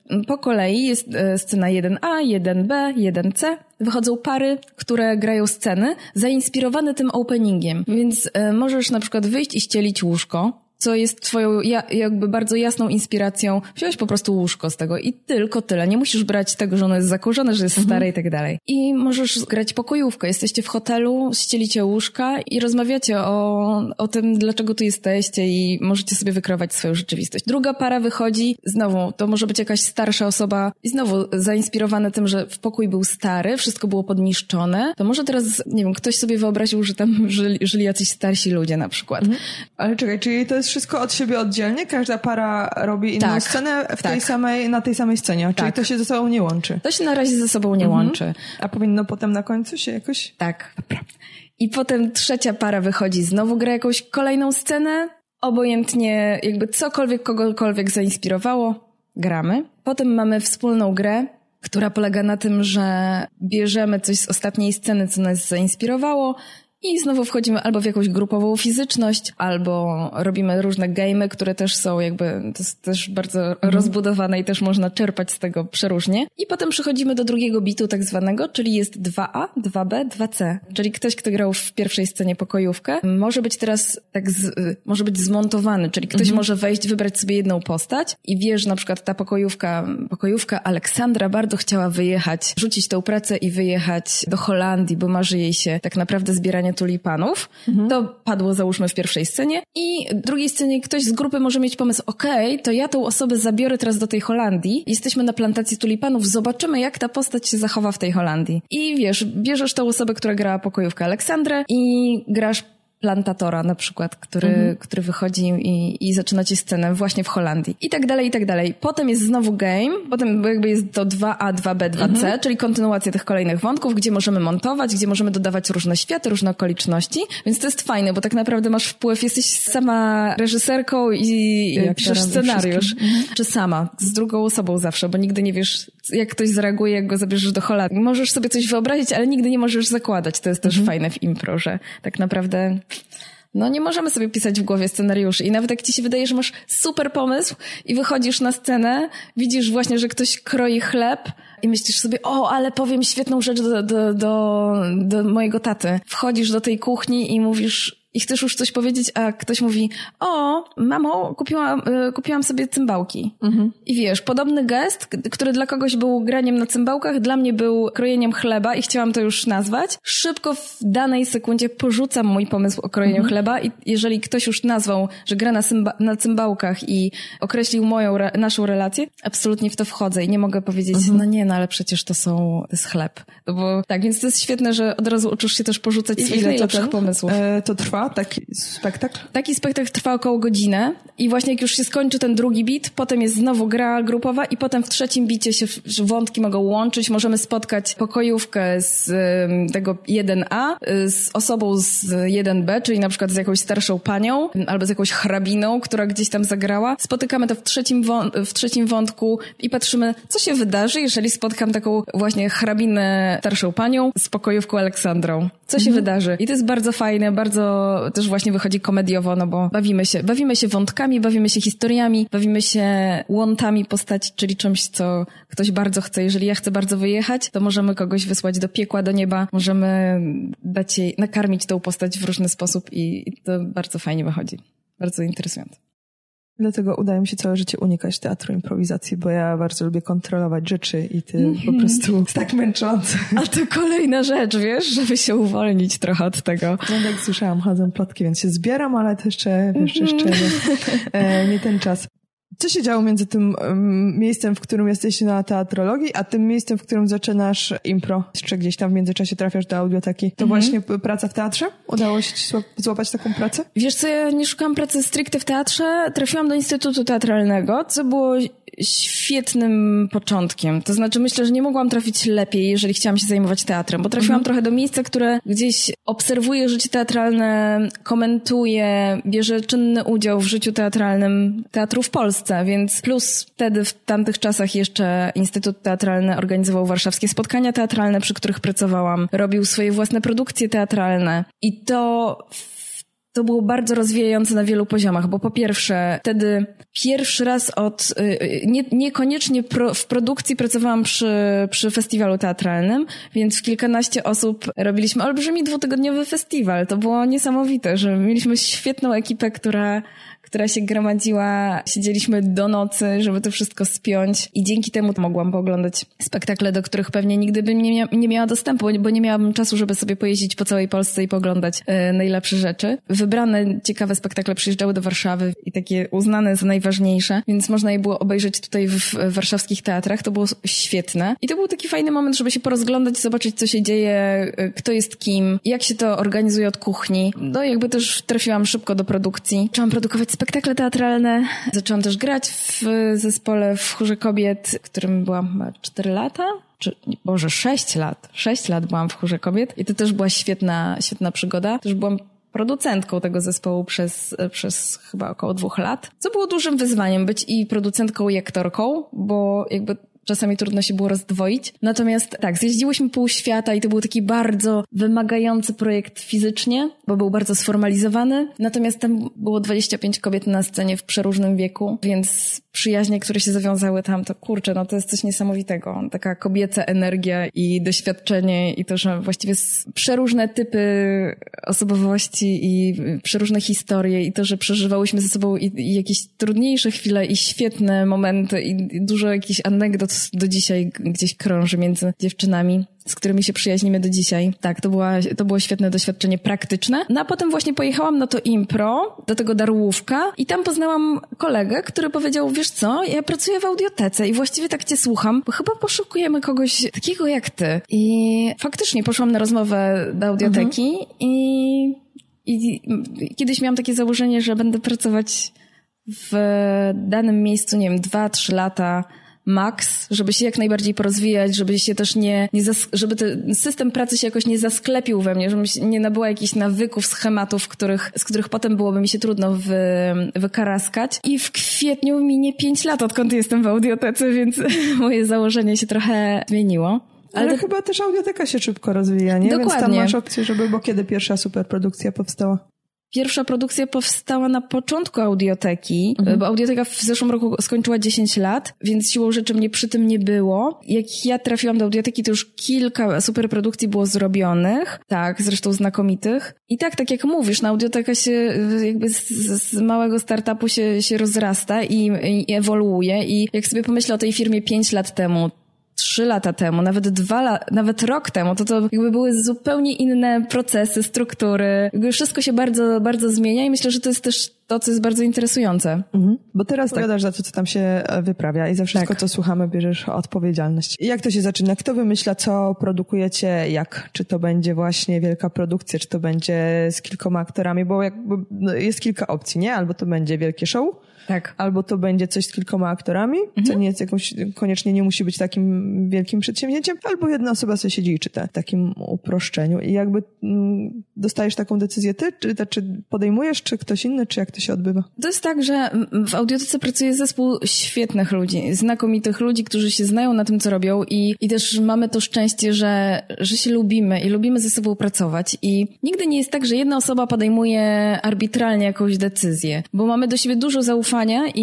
Po kolei jest scena 1A, 1B, 1C. Wychodzą pary, które grają sceny zainspirowane tym openingiem. Więc możesz na przykład wyjść i ścielić łóżko, co jest twoją jakby bardzo jasną inspiracją. Wziąłeś po prostu łóżko z tego i tylko tyle. Nie musisz brać tego, że ono jest zakurzone, że jest stare i tak dalej. I możesz grać pokojówkę. Jesteście w hotelu, ścielicie łóżka i rozmawiacie o tym, dlaczego tu jesteście i możecie sobie wykreować swoją rzeczywistość. Druga para wychodzi, znowu, to może być jakaś starsza osoba i znowu zainspirowane tym, że w pokój był stary, wszystko było podniszczone. To może teraz, nie wiem, ktoś sobie wyobraził, że tam żyli jacyś starsi ludzie na przykład.
Ale czekaj, czyli to jest wszystko od siebie oddzielnie? Każda para robi inną scenę na tej samej scenie, czyli to się ze sobą nie łączy?
To się na razie ze sobą nie łączy.
A powinno potem na końcu się jakoś...
Tak. I potem trzecia para wychodzi, znowu gra jakąś kolejną scenę, obojętnie jakby cokolwiek, kogokolwiek zainspirowało, gramy. Potem mamy wspólną grę, która polega na tym, że bierzemy coś z ostatniej sceny, co nas zainspirowało, i znowu wchodzimy albo w jakąś grupową fizyczność, albo robimy różne game'y, które też są jakby, to jest też bardzo rozbudowane i też można czerpać z tego przeróżnie. I potem przechodzimy do drugiego bitu tak zwanego, czyli jest 2A, 2B, 2C. Czyli ktoś, kto grał w pierwszej scenie pokojówkę, może być teraz może być zmontowany, czyli ktoś może wejść, wybrać sobie jedną postać i wiesz, na przykład ta pokojówka Aleksandra bardzo chciała wyjechać, rzucić tą pracę i wyjechać do Holandii, bo marzy jej się tak naprawdę zbieranie tulipanów. To padło załóżmy w pierwszej scenie i w drugiej scenie ktoś z grupy może mieć pomysł, to ja tą osobę zabiorę teraz do tej Holandii. Jesteśmy na plantacji tulipanów, zobaczymy jak ta postać się zachowa w tej Holandii. I wiesz, bierzesz tą osobę, która grała pokojówkę Aleksandrę i grasz plantatora na przykład, który wychodzi i zaczyna ci scenę właśnie w Holandii. I tak dalej, i tak dalej. Potem jest znowu game, potem jakby jest to 2A, 2B, 2C, czyli kontynuacja tych kolejnych wątków, gdzie możemy montować, gdzie możemy dodawać różne światy, różne okoliczności, więc to jest fajne, bo tak naprawdę masz wpływ, jesteś sama reżyserką i piszesz scenariusz. Czy sama, z drugą osobą zawsze, bo nigdy nie wiesz, jak ktoś zareaguje, jak go zabierzesz do Holandii. Możesz sobie coś wyobrazić, ale nigdy nie możesz zakładać. To jest też fajne w impro, że tak naprawdę nie możemy sobie pisać w głowie scenariuszy i nawet jak ci się wydaje, że masz super pomysł i wychodzisz na scenę, widzisz właśnie, że ktoś kroi chleb i myślisz sobie, ale powiem świetną rzecz do mojego taty. Wchodzisz do tej kuchni i mówisz i chcesz już coś powiedzieć, a ktoś mówi, mamo, kupiłam sobie cymbałki. I wiesz, podobny gest, który dla kogoś był graniem na cymbałkach, dla mnie był krojeniem chleba i chciałam to już nazwać. Szybko w danej sekundzie porzucam mój pomysł o krojeniu chleba i jeżeli ktoś już nazwał, że gra na cymbałkach i określił naszą relację, absolutnie w to wchodzę i nie mogę powiedzieć, ale przecież to jest chleb. Bo tak, więc to jest świetne, że od razu uczysz się też porzucać swoich najlepszych pomysłów.
To trwa taki spektakl?
Taki spektakl trwa około godzinę i właśnie jak już się skończy ten drugi bit, potem jest znowu gra grupowa i potem w trzecim bicie się wątki mogą łączyć. Możemy spotkać pokojówkę z tego 1A z osobą z 1B, czyli na przykład z jakąś starszą panią albo z jakąś hrabiną, która gdzieś tam zagrała. Spotykamy to w trzecim wątku i patrzymy, co się wydarzy, jeżeli spotkam taką właśnie hrabinę starszą panią z pokojówką Aleksandrą. Co się wydarzy? I to jest bardzo fajne, bardzo też właśnie wychodzi komediowo, bo bawimy się wątkami, bawimy się historiami, bawimy się łątami postaci, czyli czymś, co ktoś bardzo chce. Jeżeli ja chcę bardzo wyjechać, to możemy kogoś wysłać do piekła, do nieba, możemy nakarmić tą postać w różny sposób i to bardzo fajnie wychodzi. Bardzo interesujące.
Dlatego udaje mi się całe życie unikać teatru improwizacji, bo ja bardzo lubię kontrolować rzeczy i ty po prostu jest tak męczące.
A to kolejna rzecz, wiesz, żeby się uwolnić trochę od tego.
Ja tak słyszałam, chodzą plotki, więc się zbieram, ale to jeszcze nie ten czas. Co się działo między tym miejscem, w którym jesteś na teatrologii, a tym miejscem, w którym zaczynasz impro? Czy gdzieś tam w międzyczasie trafiasz do audioteki? To właśnie praca w teatrze? Udało się ci złapać taką pracę?
Wiesz co, ja nie szukałam pracy stricte w teatrze. Trafiłam do Instytutu Teatralnego, co było świetnym początkiem. To znaczy myślę, że nie mogłam trafić lepiej, jeżeli chciałam się zajmować teatrem, bo trafiłam trochę do miejsca, które gdzieś obserwuje życie teatralne, komentuje, bierze czynny udział w życiu teatralnym teatru w Polsce, więc plus wtedy w tamtych czasach jeszcze Instytut Teatralny organizował warszawskie spotkania teatralne, przy których pracowałam, robił swoje własne produkcje teatralne i to to było bardzo rozwijające na wielu poziomach, bo po pierwsze, wtedy pierwszy raz niekoniecznie w produkcji pracowałam przy festiwalu teatralnym, więc w kilkanaście osób robiliśmy olbrzymi 2-tygodniowy festiwal. To było niesamowite, że mieliśmy świetną ekipę, która się gromadziła, siedzieliśmy do nocy, żeby to wszystko spiąć i dzięki temu mogłam pooglądać spektakle, do których pewnie nigdy bym nie miała dostępu, bo nie miałabym czasu, żeby sobie pojeździć po całej Polsce i pooglądać najlepsze rzeczy. Wybrane ciekawe spektakle przyjeżdżały do Warszawy i takie uznane za najważniejsze, więc można je było obejrzeć tutaj w warszawskich teatrach. To było świetne. I to był taki fajny moment, żeby się porozglądać, zobaczyć, co się dzieje, kto jest kim, jak się to organizuje od kuchni. No jakby też trafiłam szybko do produkcji. Zaczęłam produkować spektakle teatralne. Zaczęłam też grać w zespole w Chórze Kobiet, w którym byłam 4 lata. 6 lat. 6 lat byłam w Chórze Kobiet i to też była świetna przygoda. Też byłam producentką tego zespołu przez chyba około 2 lat. Co było dużym wyzwaniem, być i producentką, i aktorką, bo jakby czasami trudno się było rozdwoić. Natomiast tak, zjeździłyśmy pół świata i to był taki bardzo wymagający projekt fizycznie, bo był bardzo sformalizowany. Natomiast tam było 25 kobiet na scenie w przeróżnym wieku, więc przyjaźnie, które się zawiązały tam, to kurczę, no to jest coś niesamowitego. Taka kobieca energia i doświadczenie i to, że właściwie przeróżne typy osobowości i przeróżne historie i to, że przeżywałyśmy ze sobą i jakieś trudniejsze chwile i świetne momenty i dużo jakichś anegdot do dzisiaj gdzieś krąży między dziewczynami, z którymi się przyjaźnimy do dzisiaj. Tak, to było świetne doświadczenie praktyczne. No a potem właśnie pojechałam na to impro, do tego Darłówka i tam poznałam kolegę, który powiedział, wiesz co, ja pracuję w audiotece i właściwie tak cię słucham, bo chyba poszukujemy kogoś takiego jak ty. I faktycznie poszłam na rozmowę do audioteki i kiedyś miałam takie założenie, że będę pracować w danym miejscu, nie wiem, 2-3 lata max, żeby się jak najbardziej porozwijać, żeby się też żeby ten system pracy się jakoś nie zasklepił we mnie, żebym nie nabyła jakichś nawyków, schematów, z których potem byłoby mi się trudno wykaraskać. I w kwietniu minie 5 lat, odkąd jestem w audiotece, więc moje założenie się trochę zmieniło.
Ale chyba też audioteka się szybko rozwija, nie?
Dokładnie.
Więc tam masz opcję, bo kiedy pierwsza superprodukcja powstała?
Pierwsza produkcja powstała na początku audioteki, bo audioteka w zeszłym roku skończyła 10 lat, więc siłą rzeczy mnie przy tym nie było. Jak ja trafiłam do audioteki, to już kilka superprodukcji było zrobionych, tak, zresztą znakomitych. I tak jak mówisz, na audioteka się jakby z małego startupu się rozrasta i ewoluuje i jak sobie pomyślę o tej firmie 5 lat temu, 3 lata temu, nawet rok temu, to jakby były zupełnie inne procesy, struktury. Jakby wszystko się bardzo, bardzo zmienia i myślę, że to jest też to, co jest bardzo interesujące.
Bo teraz odpowiadasz za to, co tam się wyprawia i za wszystko, co słuchamy, bierzesz odpowiedzialność. I jak to się zaczyna? Kto wymyśla, co produkujecie, jak? Czy to będzie właśnie wielka produkcja, czy to będzie z kilkoma aktorami, bo jakby jest kilka opcji, nie? Albo to będzie wielkie show,
tak.
Albo to będzie coś z kilkoma aktorami, co nie jest koniecznie nie musi być takim wielkim przedsięwzięciem, albo jedna osoba sobie siedzi i czyta w takim uproszczeniu. I jakby dostajesz taką decyzję ty, czy podejmujesz, czy ktoś inny, czy jak to się odbywa?
To jest tak, że w audiotece pracuje zespół świetnych ludzi, znakomitych ludzi, którzy się znają na tym, co robią i też mamy to szczęście, że się lubimy i lubimy ze sobą pracować i nigdy nie jest tak, że jedna osoba podejmuje arbitralnie jakąś decyzję, bo mamy do siebie dużo zaufania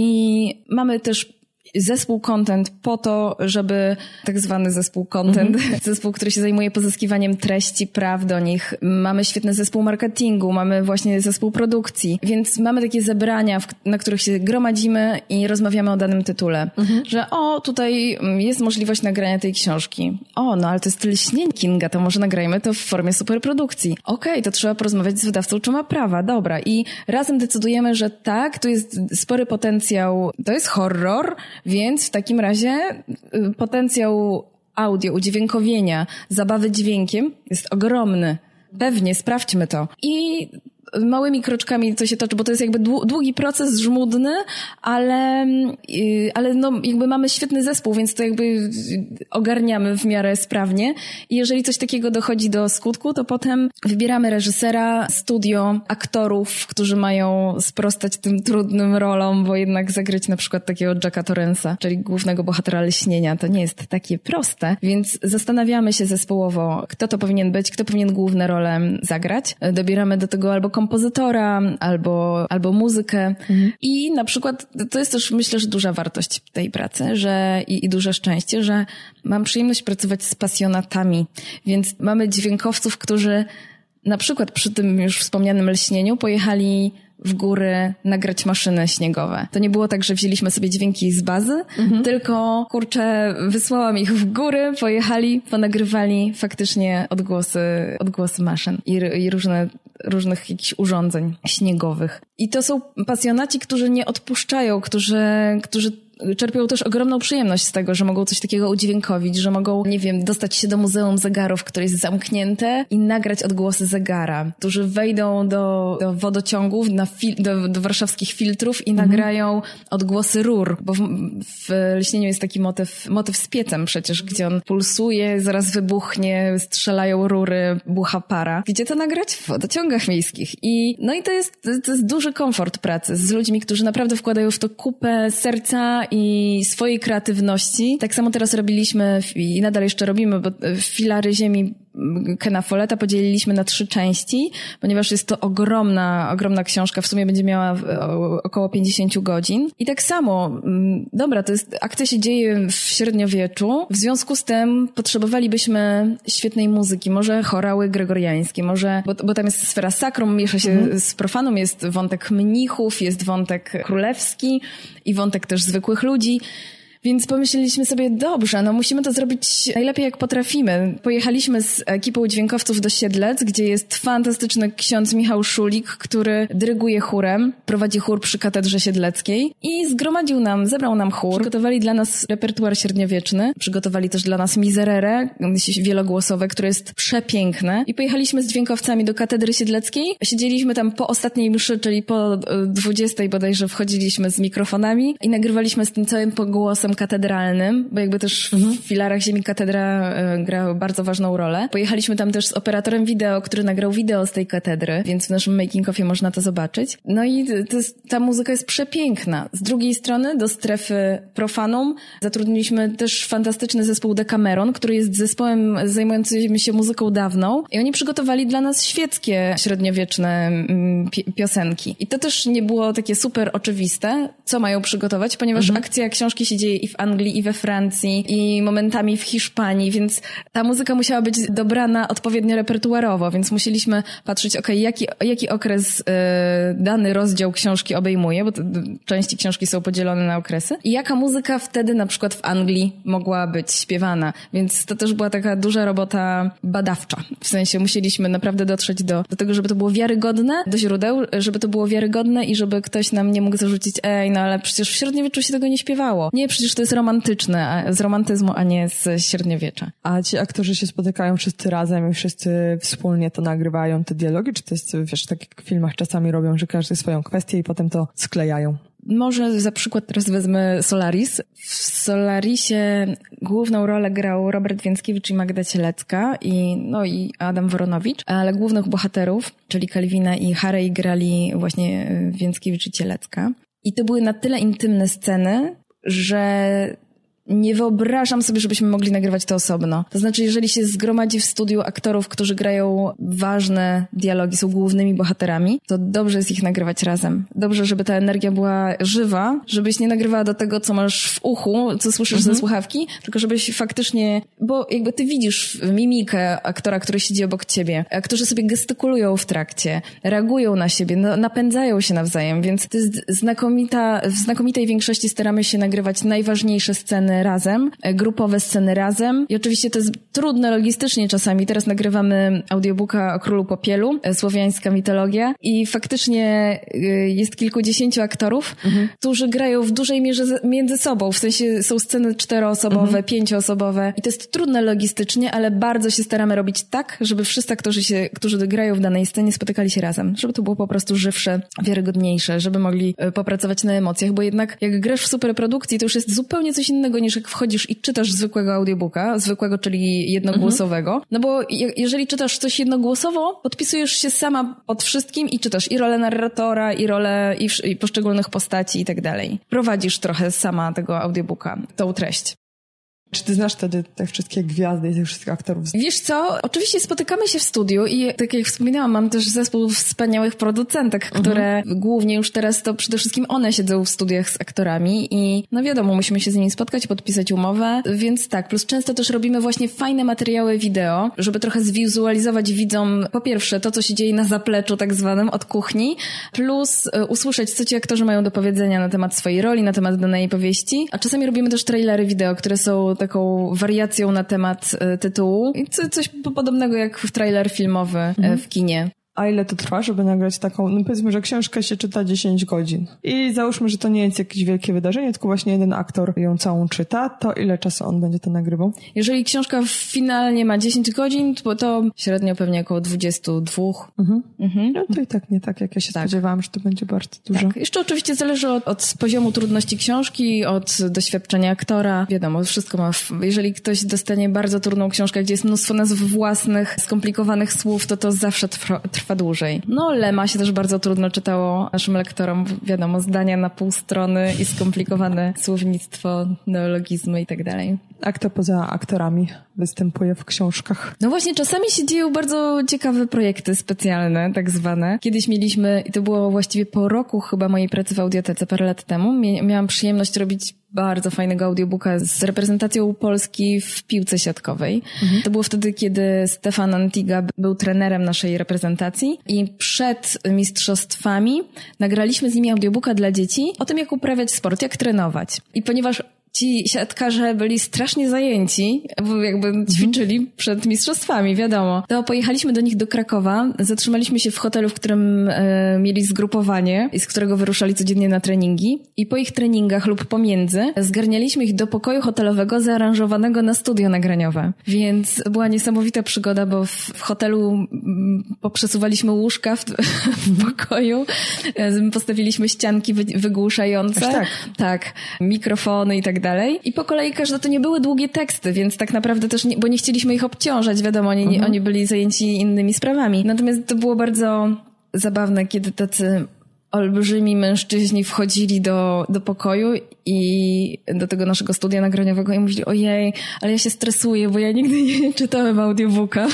i mamy też zespół content po to, żeby tak zwany zespół content, zespół, który się zajmuje pozyskiwaniem treści, praw do nich. Mamy świetny zespół marketingu, mamy właśnie zespół produkcji, więc mamy takie zebrania, na których się gromadzimy i rozmawiamy o danym tytule. Że tutaj jest możliwość nagrania tej książki. No ale to jest lśnienie Kinga, to może nagrajmy to w formie superprodukcji. Okej, to trzeba porozmawiać z wydawcą, czy ma prawa. Dobra. I razem decydujemy, że tak, tu jest spory potencjał, to jest horror, więc w takim razie potencjał audio, udźwiękowienia, zabawy dźwiękiem jest ogromny. Pewnie, sprawdźmy to. I małymi kroczkami to się toczy, bo to jest jakby długi proces, żmudny, ale jakby mamy świetny zespół, więc to jakby ogarniamy w miarę sprawnie. I jeżeli coś takiego dochodzi do skutku, to potem wybieramy reżysera, studio, aktorów, którzy mają sprostać tym trudnym rolom, bo jednak zagrać na przykład takiego Jacka Torrance'a, czyli głównego bohatera Lśnienia, to nie jest takie proste, więc zastanawiamy się zespołowo, kto to powinien być, kto powinien główne role zagrać. Dobieramy do tego albo kompozytora, albo muzykę. I na przykład to jest też, myślę, że duża wartość tej pracy, że i duże szczęście, że mam przyjemność pracować z pasjonatami. Więc mamy dźwiękowców, którzy na przykład przy tym już wspomnianym lśnieniu pojechali w góry nagrać maszyny śniegowe. To nie było tak, że wzięliśmy sobie dźwięki z bazy, tylko, wysłałam ich w góry, pojechali, ponagrywali faktycznie odgłosy maszyn i różnych jakichś urządzeń śniegowych. I to są pasjonaci, którzy nie odpuszczają, którzy czerpią też ogromną przyjemność z tego, że mogą coś takiego udźwiękowić, że mogą, nie wiem, dostać się do Muzeum Zegarów, które jest zamknięte i nagrać odgłosy zegara. Którzy wejdą do wodociągów, do warszawskich filtrów i nagrają odgłosy rur, bo w lśnieniu jest taki motyw z piecem przecież, gdzie on pulsuje, zaraz wybuchnie, strzelają rury, bucha para. Gdzie to nagrać? W wodociągach miejskich. I to jest duży komfort pracy z ludźmi, którzy naprawdę wkładają w to kupę serca i swojej kreatywności. Tak samo teraz robiliśmy i nadal jeszcze robimy, bo Filary Ziemi Kena Folletta podzieliliśmy na 3 części, ponieważ jest to ogromna książka, w sumie będzie miała około 50 godzin. I tak samo, akcja się dzieje w średniowieczu, w związku z tym potrzebowalibyśmy świetnej muzyki, może chorały gregoriańskie, bo tam jest sfera sakrum, miesza się z profanum, jest wątek mnichów, jest wątek królewski i wątek też zwykłych ludzi. Więc pomyśleliśmy sobie, dobrze, musimy to zrobić najlepiej jak potrafimy. Pojechaliśmy z ekipą dźwiękowców do Siedlec, gdzie jest fantastyczny ksiądz Michał Szulik, który dyryguje chórem, prowadzi chór przy katedrze siedleckiej i zebrał nam chór. Przygotowali dla nas repertuar średniowieczny, przygotowali też dla nas Miserere wielogłosowe, które jest przepiękne. I pojechaliśmy z dźwiękowcami do katedry siedleckiej. Siedzieliśmy tam po ostatniej mszy, czyli po 20 bodajże wchodziliśmy z mikrofonami i nagrywaliśmy z tym całym pogłosem katedralnym, bo jakby też w Filarach Ziemi katedra gra bardzo ważną rolę. Pojechaliśmy tam też z operatorem wideo, który nagrał wideo z tej katedry, więc w naszym making-offie można to zobaczyć. I ta muzyka jest przepiękna. Z drugiej strony do strefy profanum zatrudniliśmy też fantastyczny zespół Decameron, który jest zespołem zajmującym się muzyką dawną i oni przygotowali dla nas świeckie, średniowieczne piosenki. I to też nie było takie super oczywiste, co mają przygotować, ponieważ akcja książki się dzieje i w Anglii, i we Francji, i momentami w Hiszpanii, więc ta muzyka musiała być dobrana odpowiednio repertuarowo, więc musieliśmy patrzeć, jaki okres dany rozdział książki obejmuje, bo części książki są podzielone na okresy, i jaka muzyka wtedy na przykład w Anglii mogła być śpiewana, więc to też była taka duża robota badawcza. W sensie musieliśmy naprawdę dotrzeć do tego, żeby to było wiarygodne, do źródeł, żeby to było wiarygodne i żeby ktoś nam nie mógł zarzucić, ale przecież w średniowieczu się tego nie śpiewało. Nie, przecież to jest romantyczne, z romantyzmu, a nie z średniowiecza.
A ci aktorzy się spotykają wszyscy razem i wszyscy wspólnie to nagrywają, te dialogi? Czy to jest, tak jak w filmach czasami robią, że każdy swoją kwestię i potem to sklejają?
Może za przykład teraz wezmę Solaris. W Solarisie główną rolę grał Robert Więckiewicz i Magda Cielecka i Adam Woronowicz, ale głównych bohaterów, czyli Kalwina i Harry, grali właśnie Więckiewicz i Cielecka. I to były na tyle intymne sceny, że nie wyobrażam sobie, żebyśmy mogli nagrywać to osobno. To znaczy, jeżeli się zgromadzi w studiu aktorów, którzy grają ważne dialogi, są głównymi bohaterami, to dobrze jest ich nagrywać razem. Dobrze, żeby ta energia była żywa, żebyś nie nagrywała do tego, co masz w uchu, co słyszysz ze słuchawki, tylko żebyś faktycznie, bo jakby ty widzisz mimikę aktora, który siedzi obok ciebie, aktorzy sobie gestykulują w trakcie, reagują na siebie, napędzają się nawzajem, więc to jest w znakomitej większości staramy się nagrywać najważniejsze sceny razem, grupowe sceny razem i oczywiście to jest trudne logistycznie czasami. Teraz nagrywamy audiobooka o Królu Popielu, słowiańska mitologia i faktycznie jest kilkudziesięciu aktorów, którzy grają w dużej mierze między sobą. W sensie są sceny 4-osobowe, 5-osobowe i to jest trudne logistycznie, ale bardzo się staramy robić tak, żeby wszyscy aktorzy, którzy grają w danej scenie, spotykali się razem. Żeby to było po prostu żywsze, wiarygodniejsze, żeby mogli popracować na emocjach, bo jednak jak grasz w superprodukcji, to już jest zupełnie coś innego niż jak wchodzisz i czytasz zwykłego audiobooka, czyli jednogłosowego. No bo jeżeli czytasz coś jednogłosowo, podpisujesz się sama pod wszystkim i czytasz i rolę narratora, i rolę i poszczególnych postaci i tak dalej. Prowadzisz trochę sama tego audiobooka, tą treść.
Czy ty znasz wtedy te wszystkie gwiazdy i tych wszystkich aktorów?
Wiesz co, oczywiście spotykamy się w studiu i tak jak wspominałam, mam też zespół wspaniałych producentek, które głównie już teraz to przede wszystkim one siedzą w studiach z aktorami i no wiadomo, musimy się z nimi spotkać, podpisać umowę, więc tak, plus często też robimy właśnie fajne materiały wideo, żeby trochę zwizualizować widzom po pierwsze to, co się dzieje na zapleczu tak zwanym od kuchni, plus usłyszeć, co ci aktorzy mają do powiedzenia na temat swojej roli, na temat danej powieści, a czasami robimy też trailery wideo, które są taką wariacją na temat tytułu i coś podobnego jak trailer filmowy w kinie.
A ile to trwa, żeby nagrać taką, no powiedzmy, że książkę się czyta 10 godzin. I załóżmy, że to nie jest jakieś wielkie wydarzenie, tylko właśnie jeden aktor ją całą czyta, to ile czasu on będzie to nagrywał?
Jeżeli książka finalnie ma 10 godzin, to średnio pewnie około 22.
No to i tak nie tak, jak ja się spodziewałam, że to będzie bardzo dużo. Tak.
Jeszcze oczywiście zależy od poziomu trudności książki, od doświadczenia aktora. Wiadomo, wszystko ma... Jeżeli ktoś dostanie bardzo trudną książkę, gdzie jest mnóstwo nazw własnych, skomplikowanych słów, to zawsze trwa dłużej. No, Lema się też bardzo trudno czytało naszym lektorom. Wiadomo, zdania na pół strony i skomplikowane słownictwo, neologizmy i tak dalej.
A kto poza aktorami występuje w książkach?
No właśnie, czasami się dzieją bardzo ciekawe projekty specjalne, tak zwane. Kiedyś mieliśmy, i to było właściwie po roku chyba mojej pracy w Audiotece parę lat temu, miałam przyjemność robić bardzo fajnego audiobooka z reprezentacją Polski w piłce siatkowej. To było wtedy, kiedy Stefan Antiga był trenerem naszej reprezentacji i przed mistrzostwami nagraliśmy z nimi audiobooka dla dzieci o tym, jak uprawiać sport, jak trenować. I ponieważ ci siatkarze byli strasznie zajęci, bo jakby ćwiczyli przed mistrzostwami, wiadomo. To pojechaliśmy do nich do Krakowa, zatrzymaliśmy się w hotelu, w którym mieli zgrupowanie i z którego wyruszali codziennie na treningi i po ich treningach lub pomiędzy zgarnialiśmy ich do pokoju hotelowego zaaranżowanego na studio nagraniowe. Więc to była niesamowita przygoda, bo w hotelu poprzesuwaliśmy łóżka w pokoju, postawiliśmy ścianki wygłuszające. Tak, mikrofony i tak dalej. I po kolei każde to nie były długie teksty, więc tak naprawdę też, bo nie chcieliśmy ich obciążać, wiadomo, oni byli zajęci innymi sprawami. Natomiast to było bardzo zabawne, kiedy tacy olbrzymi mężczyźni wchodzili do pokoju i do tego naszego studia nagraniowego i mówili, ojej, ale ja się stresuję, bo ja nigdy nie czytałem audiobooka.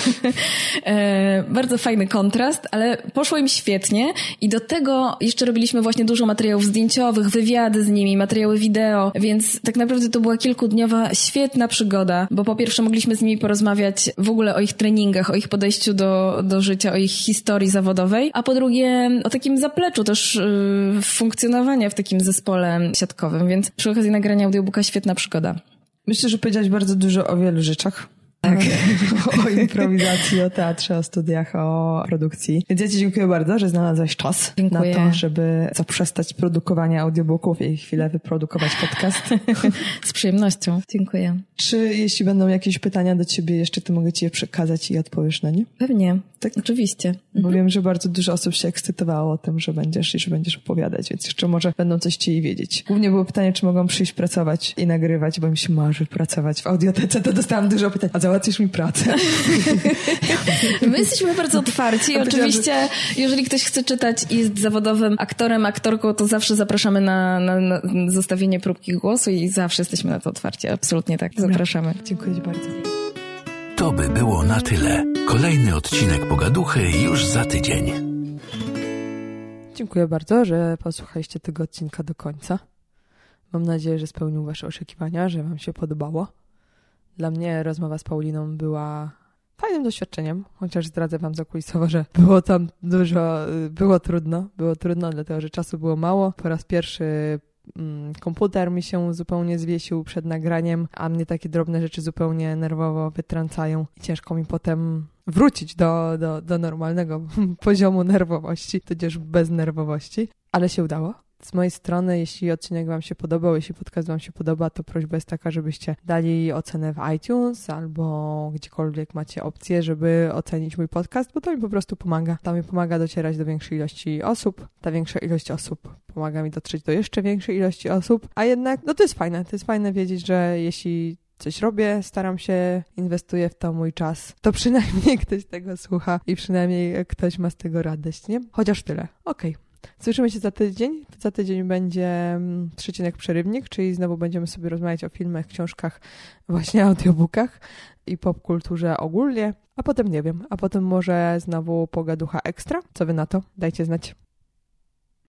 Bardzo fajny kontrast, ale poszło im świetnie i do tego jeszcze robiliśmy właśnie dużo materiałów zdjęciowych, wywiady z nimi, materiały wideo, więc tak naprawdę to była kilkudniowa, świetna przygoda, bo po pierwsze mogliśmy z nimi porozmawiać w ogóle o ich treningach, o ich podejściu do życia, o ich historii zawodowej, a po drugie o takim zapleczu też funkcjonowania w takim zespole siatkowym, więc przy okazji nagrania audiobooka świetna przygoda.
Myślę, że powiedziałaś bardzo dużo o wielu rzeczach. Tak. O improwizacji, o teatrze, o studiach, o produkcji. Więc ja ci dziękuję bardzo, że znalazłaś czas na to, żeby zaprzestać produkowania audiobooków i chwilę wyprodukować podcast.
Z przyjemnością. Dziękuję.
Czy jeśli będą jakieś pytania do ciebie jeszcze, to mogę ci je przekazać i odpowiesz na nie?
Pewnie. Tak? Oczywiście.
Bo wiem, że bardzo dużo osób się ekscytowało o tym, że będziesz opowiadać, więc jeszcze może będą coś chcieli wiedzieć. Głównie było pytanie, czy mogą przyjść pracować i nagrywać, bo mi się marzy pracować w Audiotece, to dostałam dużo pytań. A załatwisz mi pracę?
My jesteśmy bardzo otwarci. Oczywiście, jeżeli ktoś chce czytać i jest zawodowym aktorem, aktorką, to zawsze zapraszamy na zostawienie próbki głosu i zawsze jesteśmy na to otwarci. Absolutnie tak. Zapraszamy.
Dziękuję ci bardzo.
To by było na tyle. Kolejny odcinek Pogaduchy już za tydzień.
Dziękuję bardzo, że posłuchaliście tego odcinka do końca. Mam nadzieję, że spełnił wasze oczekiwania, że wam się podobało. Dla mnie rozmowa z Pauliną była fajnym doświadczeniem, chociaż zdradzę wam zakulisowo, że było tam było trudno, dlatego że czasu było mało. Po raz pierwszy komputer mi się zupełnie zwiesił przed nagraniem, a mnie takie drobne rzeczy zupełnie nerwowo wytrącają i ciężko mi potem wrócić do normalnego poziomu nerwowości, tudzież bez nerwowości, ale się udało. Z mojej strony, jeśli odcinek wam się podobał, jeśli podcast wam się podoba, to prośba jest taka, żebyście dali ocenę w iTunes albo gdziekolwiek macie opcję, żeby ocenić mój podcast, bo to mi po prostu pomaga. To mi pomaga docierać do większej ilości osób. Ta większa ilość osób pomaga mi dotrzeć do jeszcze większej ilości osób, a jednak, no to jest fajne wiedzieć, że jeśli coś robię, staram się, inwestuję w to mój czas, to przynajmniej ktoś tego słucha i przynajmniej ktoś ma z tego radość, nie? Chociaż tyle. Okej. Słyszymy się za tydzień. Za tydzień będzie Przecinek Przerywnik, czyli znowu będziemy sobie rozmawiać o filmach, książkach, właśnie audiobookach i popkulturze ogólnie. A potem nie wiem, a potem może znowu Pogaducha Ekstra. Co wy na to? Dajcie znać.